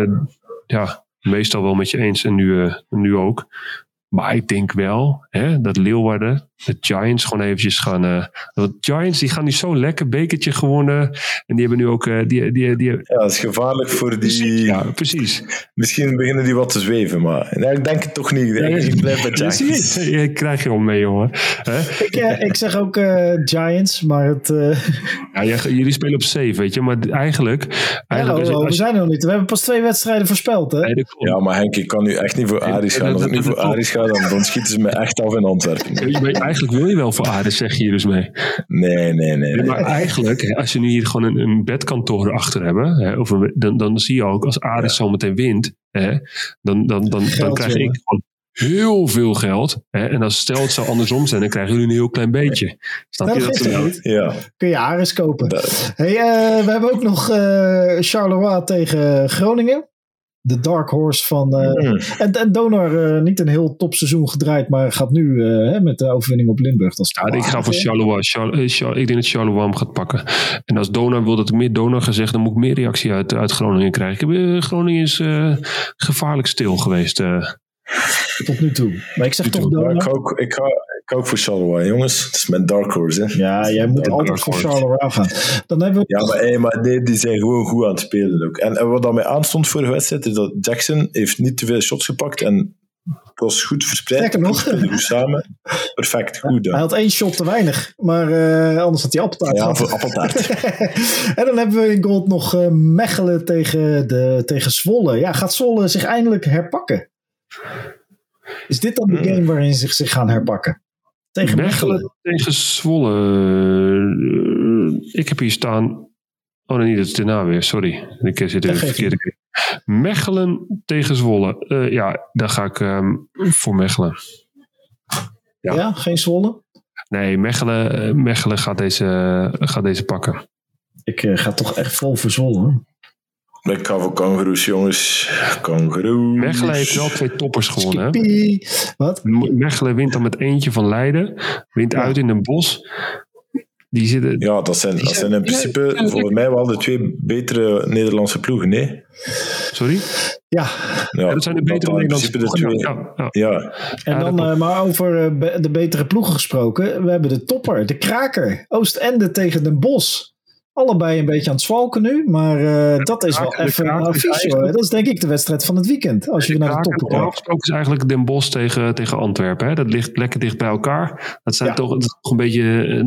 meestal wel met je eens en nu ook. Maar ik denk wel dat Leeuwarden de Giants gewoon eventjes gaan... want Giants die gaan nu zo'n lekker bekertje gewonnen. En die hebben nu ook... Ja, dat is gevaarlijk voor die... Ja, precies. Misschien beginnen die wat te zweven, maar ik denk het toch niet. Ik blijf bij Giants. Je krijg je al mee, jongen. Ik zeg ook Giants, maar het... jullie spelen op safe, weet je. Maar eigenlijk we zijn er nog niet. We hebben pas 2 wedstrijden voorspeld, hè? Nee, ja, maar Henk, ik kan nu echt niet voor Aris gaan. Als ik niet voor Aris ga, dan schieten ze me echt af in Antwerpen. Eigenlijk wil je wel voor Aris, zeg je hier dus mee. Nee. Maar eigenlijk, als je nu hier gewoon een bedkantoor achter hebben, dan zie je ook, als Aris zo meteen wint, dan krijg ik gewoon heel veel geld. En als stel het zou andersom zijn, dan krijgen jullie een heel klein beetje. Snap je dat? Ja. Kun je Aris kopen. We hebben ook nog Charleroi tegen Groningen. De dark horse van... En Donar niet een heel topseizoen gedraaid, maar gaat nu met de overwinning op Limburg. Ik ga voor Charleroi. Ik denk dat Charleroi hem gaat pakken. En als Donar wil dat ik meer Donar ga zeggen, dan moet ik meer reactie uit Groningen krijgen. Groningen is gevaarlijk stil geweest. Tot nu toe. Maar ik zeg toch Donar. Ik ga ook voor Charleroi, jongens. Het is mijn dark horse, hè. Ja, jij moet altijd voor Charleroi gaan. Dan hebben we... maar die zijn gewoon goed aan het spelen ook. En wat dat mij aanstond vorige wedstrijd, is dat Jackson heeft niet te veel shots gepakt en het was goed verspreid. Sterker nog. Goed samen. Perfect, goed. Hij had 1 shot te weinig, maar anders had hij appeltaart. Ja, voor appeltaart. En dan hebben we in gold nog Mechelen tegen Zwolle. Ja, gaat Zwolle zich eindelijk herpakken? Is dit dan de game waarin ze zich gaan herpakken? Tegen Mechelen? Tegen Zwolle. Ik heb hier staan... Oh nee, dat is daarna weer. Sorry. Ik zit even verkeerde keer. Mechelen tegen Zwolle. Daar ga ik voor Mechelen. Ja, geen Zwolle? Nee, Mechelen gaat deze pakken. Ik ga toch echt vol voor Zwolle, hoor. Ik ga voor Kangaroes, jongens. Kangaroes. Mechelen heeft wel 2 toppers gewonnen. Skippy. Wat? Mechelen wint dan met eentje van Leiden. Wint uit in Den Bosch. Die zitten... Ja, dat zijn in principe volgens mij wel de 2 betere Nederlandse ploegen, nee? Sorry? Ja. Dat zijn de betere Nederlandse ploegen. Ja. En dan, maar over de betere ploegen gesproken. We hebben de topper, de kraker. Oostende tegen Den Bosch. Allebei een beetje aan het zwalken nu, maar dat is wel even een affiche, hoor. Dat is denk ik de wedstrijd van het weekend, als je naar de toppen kijkt. Afgesproken is eigenlijk Den Bosch tegen Antwerpen. Hè? Dat ligt lekker dicht bij elkaar. Dat zijn toch een beetje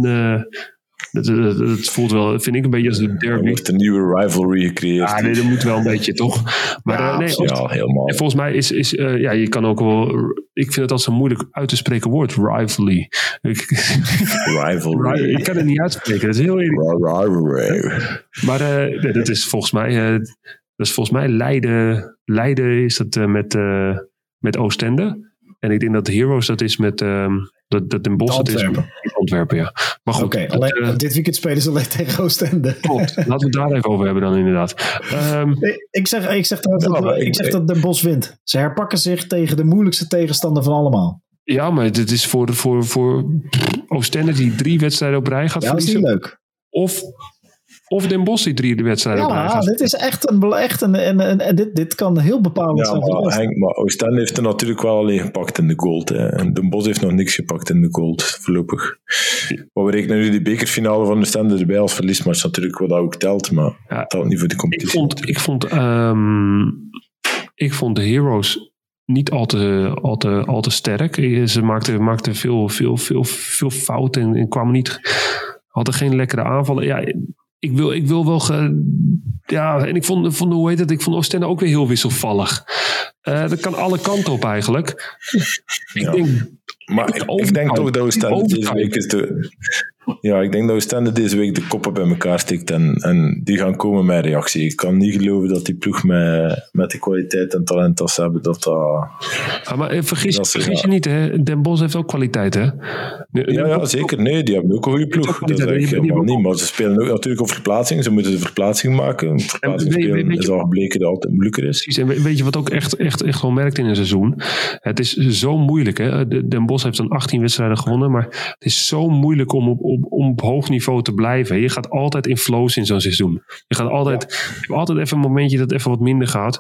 het voelt wel, vind ik, een beetje als de derby. Er wordt een nieuwe rivalry gecreëerd. Ja, nee, dat moet wel een beetje, toch? Maar helemaal. Volgens mij is je kan ook wel... Ik vind het als een moeilijk uit te spreken woord. Rivalry. Rivalry. Ik kan het niet uitspreken. Dat is heel eerlijk. Maar dat is volgens mij Leiden. Leiden is dat met Oostende. En ik denk dat de Heroes dat is met... Dat Den Bosch het is Antwerpen, ja. Maar goed. Dit weekend spelen ze alleen tegen Oostende. Klopt. Laten we het daar even over hebben dan inderdaad. Ik zeg dat Den Bosch wint. Ze herpakken zich tegen de moeilijkste tegenstander van allemaal. Ja, maar dit is voor Oostende die 3 wedstrijden op rij gaat verliezen. Ja, dat is niet leuk. Of Den Bosch die 3 wedstrijden op rij gaat. Ja, dit is echt dit kan heel bepalend zijn. Maar Oostende heeft er natuurlijk wel alleen gepakt in de gold. Hè. En Den Bosch heeft nog niks gepakt in de gold, voorlopig. Maar we rekenen nu die bekerfinale van Oostende erbij als verliesmatch natuurlijk, wat dat ook telt, maar het telt niet voor de competitie. Ik vond de Heroes niet al te sterk. Ze maakten veel fouten en kwamen niet... Hadden geen lekkere aanvallen. Ja, ik wil wel... en ik vond hoe heet het? Ik vond Oostende ook weer heel wisselvallig. Dat kan alle kanten op eigenlijk. Ik denk toch dat Oostende deze week ik denk dat Oostende deze week de koppen bij elkaar stikt en die gaan komen met reactie. Ik kan niet geloven dat die ploeg met de kwaliteit en talent als ze hebben, maar vergis je niet, hè? Den Bosch heeft ook kwaliteit, hè? Ja, zeker. Nee, die hebben ook een goede ploeg. Dat zeg ik helemaal niet. Maar ze spelen ook natuurlijk op verplaatsing. Ze moeten de verplaatsing maken. Verplaatsing spelen is al gebleken dat het altijd moeilijker is. Precies. En weet je wat ook echt wel merkt in een seizoen? Het is zo moeilijk, hè? Den Bosch heeft dan 18 wedstrijden gewonnen, maar het is zo moeilijk om op hoog niveau te blijven. Je gaat altijd in flows in zo'n seizoen. Je hebt altijd even een momentje dat even wat minder gaat.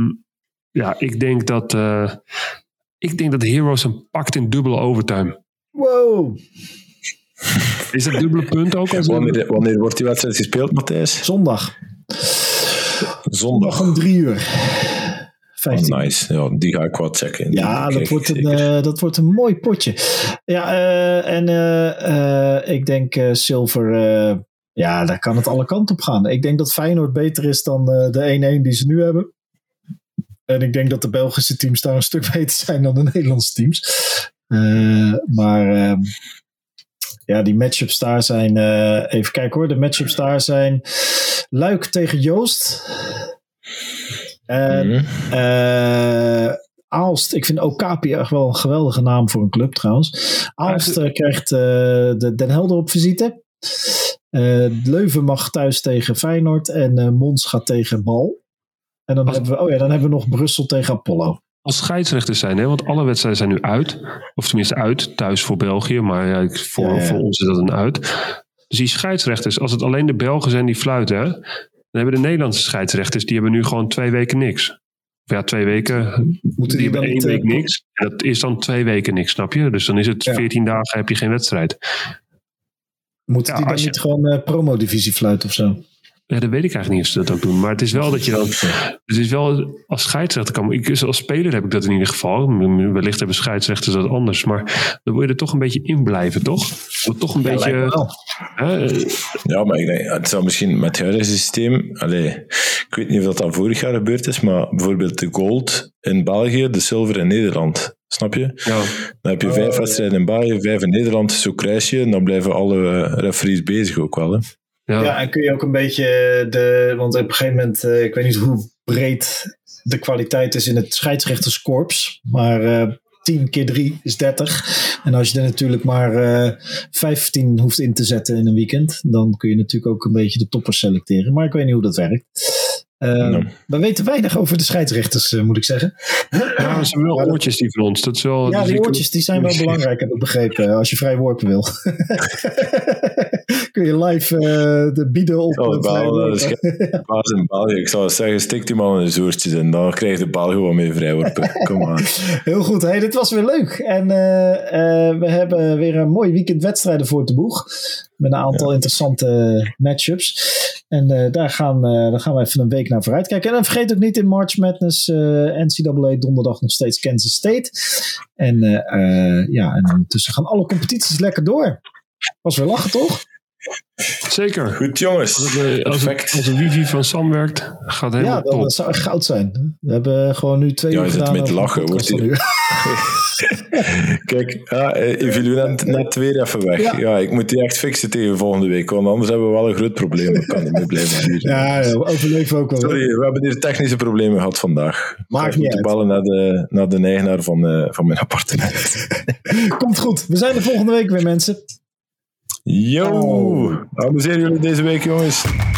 Ik denk dat Heroes hem pakt in dubbele overtime. Wow. Is dat dubbele punt ook? Wanneer wordt die wedstrijd gespeeld, Matthijs? Zondag om 3:00. 15. Nice. Ja, die ga ik wel checken. Ja, dat wordt een mooi potje. Ja, ik denk Silver... daar kan het alle kanten op gaan. Ik denk dat Feyenoord beter is dan de 1-1 die ze nu hebben. En ik denk dat de Belgische teams daar een stuk beter zijn dan de Nederlandse teams. Die matchups daar zijn... even kijken hoor. De matchups daar zijn... Luik tegen Joost. En Aalst, ik vind Okapi echt wel een geweldige naam voor een club trouwens. Aalst krijgt de Den Helder op visite. Leuven mag thuis tegen Feyenoord en Mons gaat tegen Bal. En dan hebben we nog Brussel tegen Apollo. Als scheidsrechters zijn, hè? Want alle wedstrijden zijn nu uit. Of tenminste uit, thuis voor België. Maar voor ons is dat een uit. Dus die scheidsrechters, als het alleen de Belgen zijn die fluiten... Hè, dan hebben de Nederlandse scheidsrechters... die hebben nu gewoon 2 weken niks. Of ja, 2 weken... Die hebben 1 week niks. En dat is dan 2 weken niks, snap je? Dus dan is het 14 dagen heb je geen wedstrijd. Moeten die dan niet gewoon promodivisie fluiten of zo? Ja, dat weet ik eigenlijk niet of ze dat ook doen. Maar het is wel dat je dan... Het is wel als scheidsrechter kan... Als speler heb ik dat in ieder geval. Wellicht hebben scheidsrechters dat anders. Maar dan wil je er toch een beetje in blijven, toch? Toch een beetje... Ja, maar ik denk... Het zou misschien met het huidige systeem... ik weet niet of dat vorig jaar gebeurd is, maar bijvoorbeeld de gold in België, de silver in Nederland. Snap je? Ja. Dan heb je 5 wedstrijden in België, 5 in Nederland. Zo kruis je en dan blijven alle referees bezig ook wel, hè. Ja, en kun je ook een beetje want op een gegeven moment, ik weet niet hoe breed de kwaliteit is in het scheidsrechterskorps, maar 10 keer 3 is 30. En als je er natuurlijk maar 15 hoeft in te zetten in een weekend, dan kun je natuurlijk ook een beetje de toppers selecteren. Maar ik weet niet hoe dat werkt. We weten weinig over de scheidsrechters, moet ik zeggen. Ja, ze hebben wel oortjes die van ons. Dat is wel, ja, die oortjes die zijn wel belangrijk, heb ik begrepen. Als je vrij worpen wil. Kun je live bieden op vrij worpen. In België. Ik zou zeggen, stik die man in de zoertjes en dan krijg je de bal gewoon mee vrij worpen. Kom aan. Heel goed. Dit was weer leuk. En we hebben weer een mooi weekend wedstrijden voor te boeg. Met een aantal interessante matchups. En daar gaan we even een week naar vooruit kijken. En dan vergeet ook niet in March Madness NCAA donderdag nog steeds Kansas State. En ondertussen gaan alle competities lekker door. Was weer lachen, toch? Zeker. Goed, jongens. Als de wifi van Sam werkt, gaat het helemaal top. Dat zou echt goud zijn. We hebben gewoon nu 2 uur gedaan. Ja, je zit met lachen. Kijk, Evelien net weer even weg. Ja, ik moet die echt fixen tegen volgende week, want anders hebben we wel een groot probleem. Ik kan niet meer blijven duren. Ja, overleven ook wel. Sorry, we hebben hier technische problemen gehad vandaag. Maakt niet uit. Ballen naar de eigenaar van mijn appartement. Komt goed. We zijn er volgende week weer, mensen. Yo! Amuseer jullie deze week, jongens.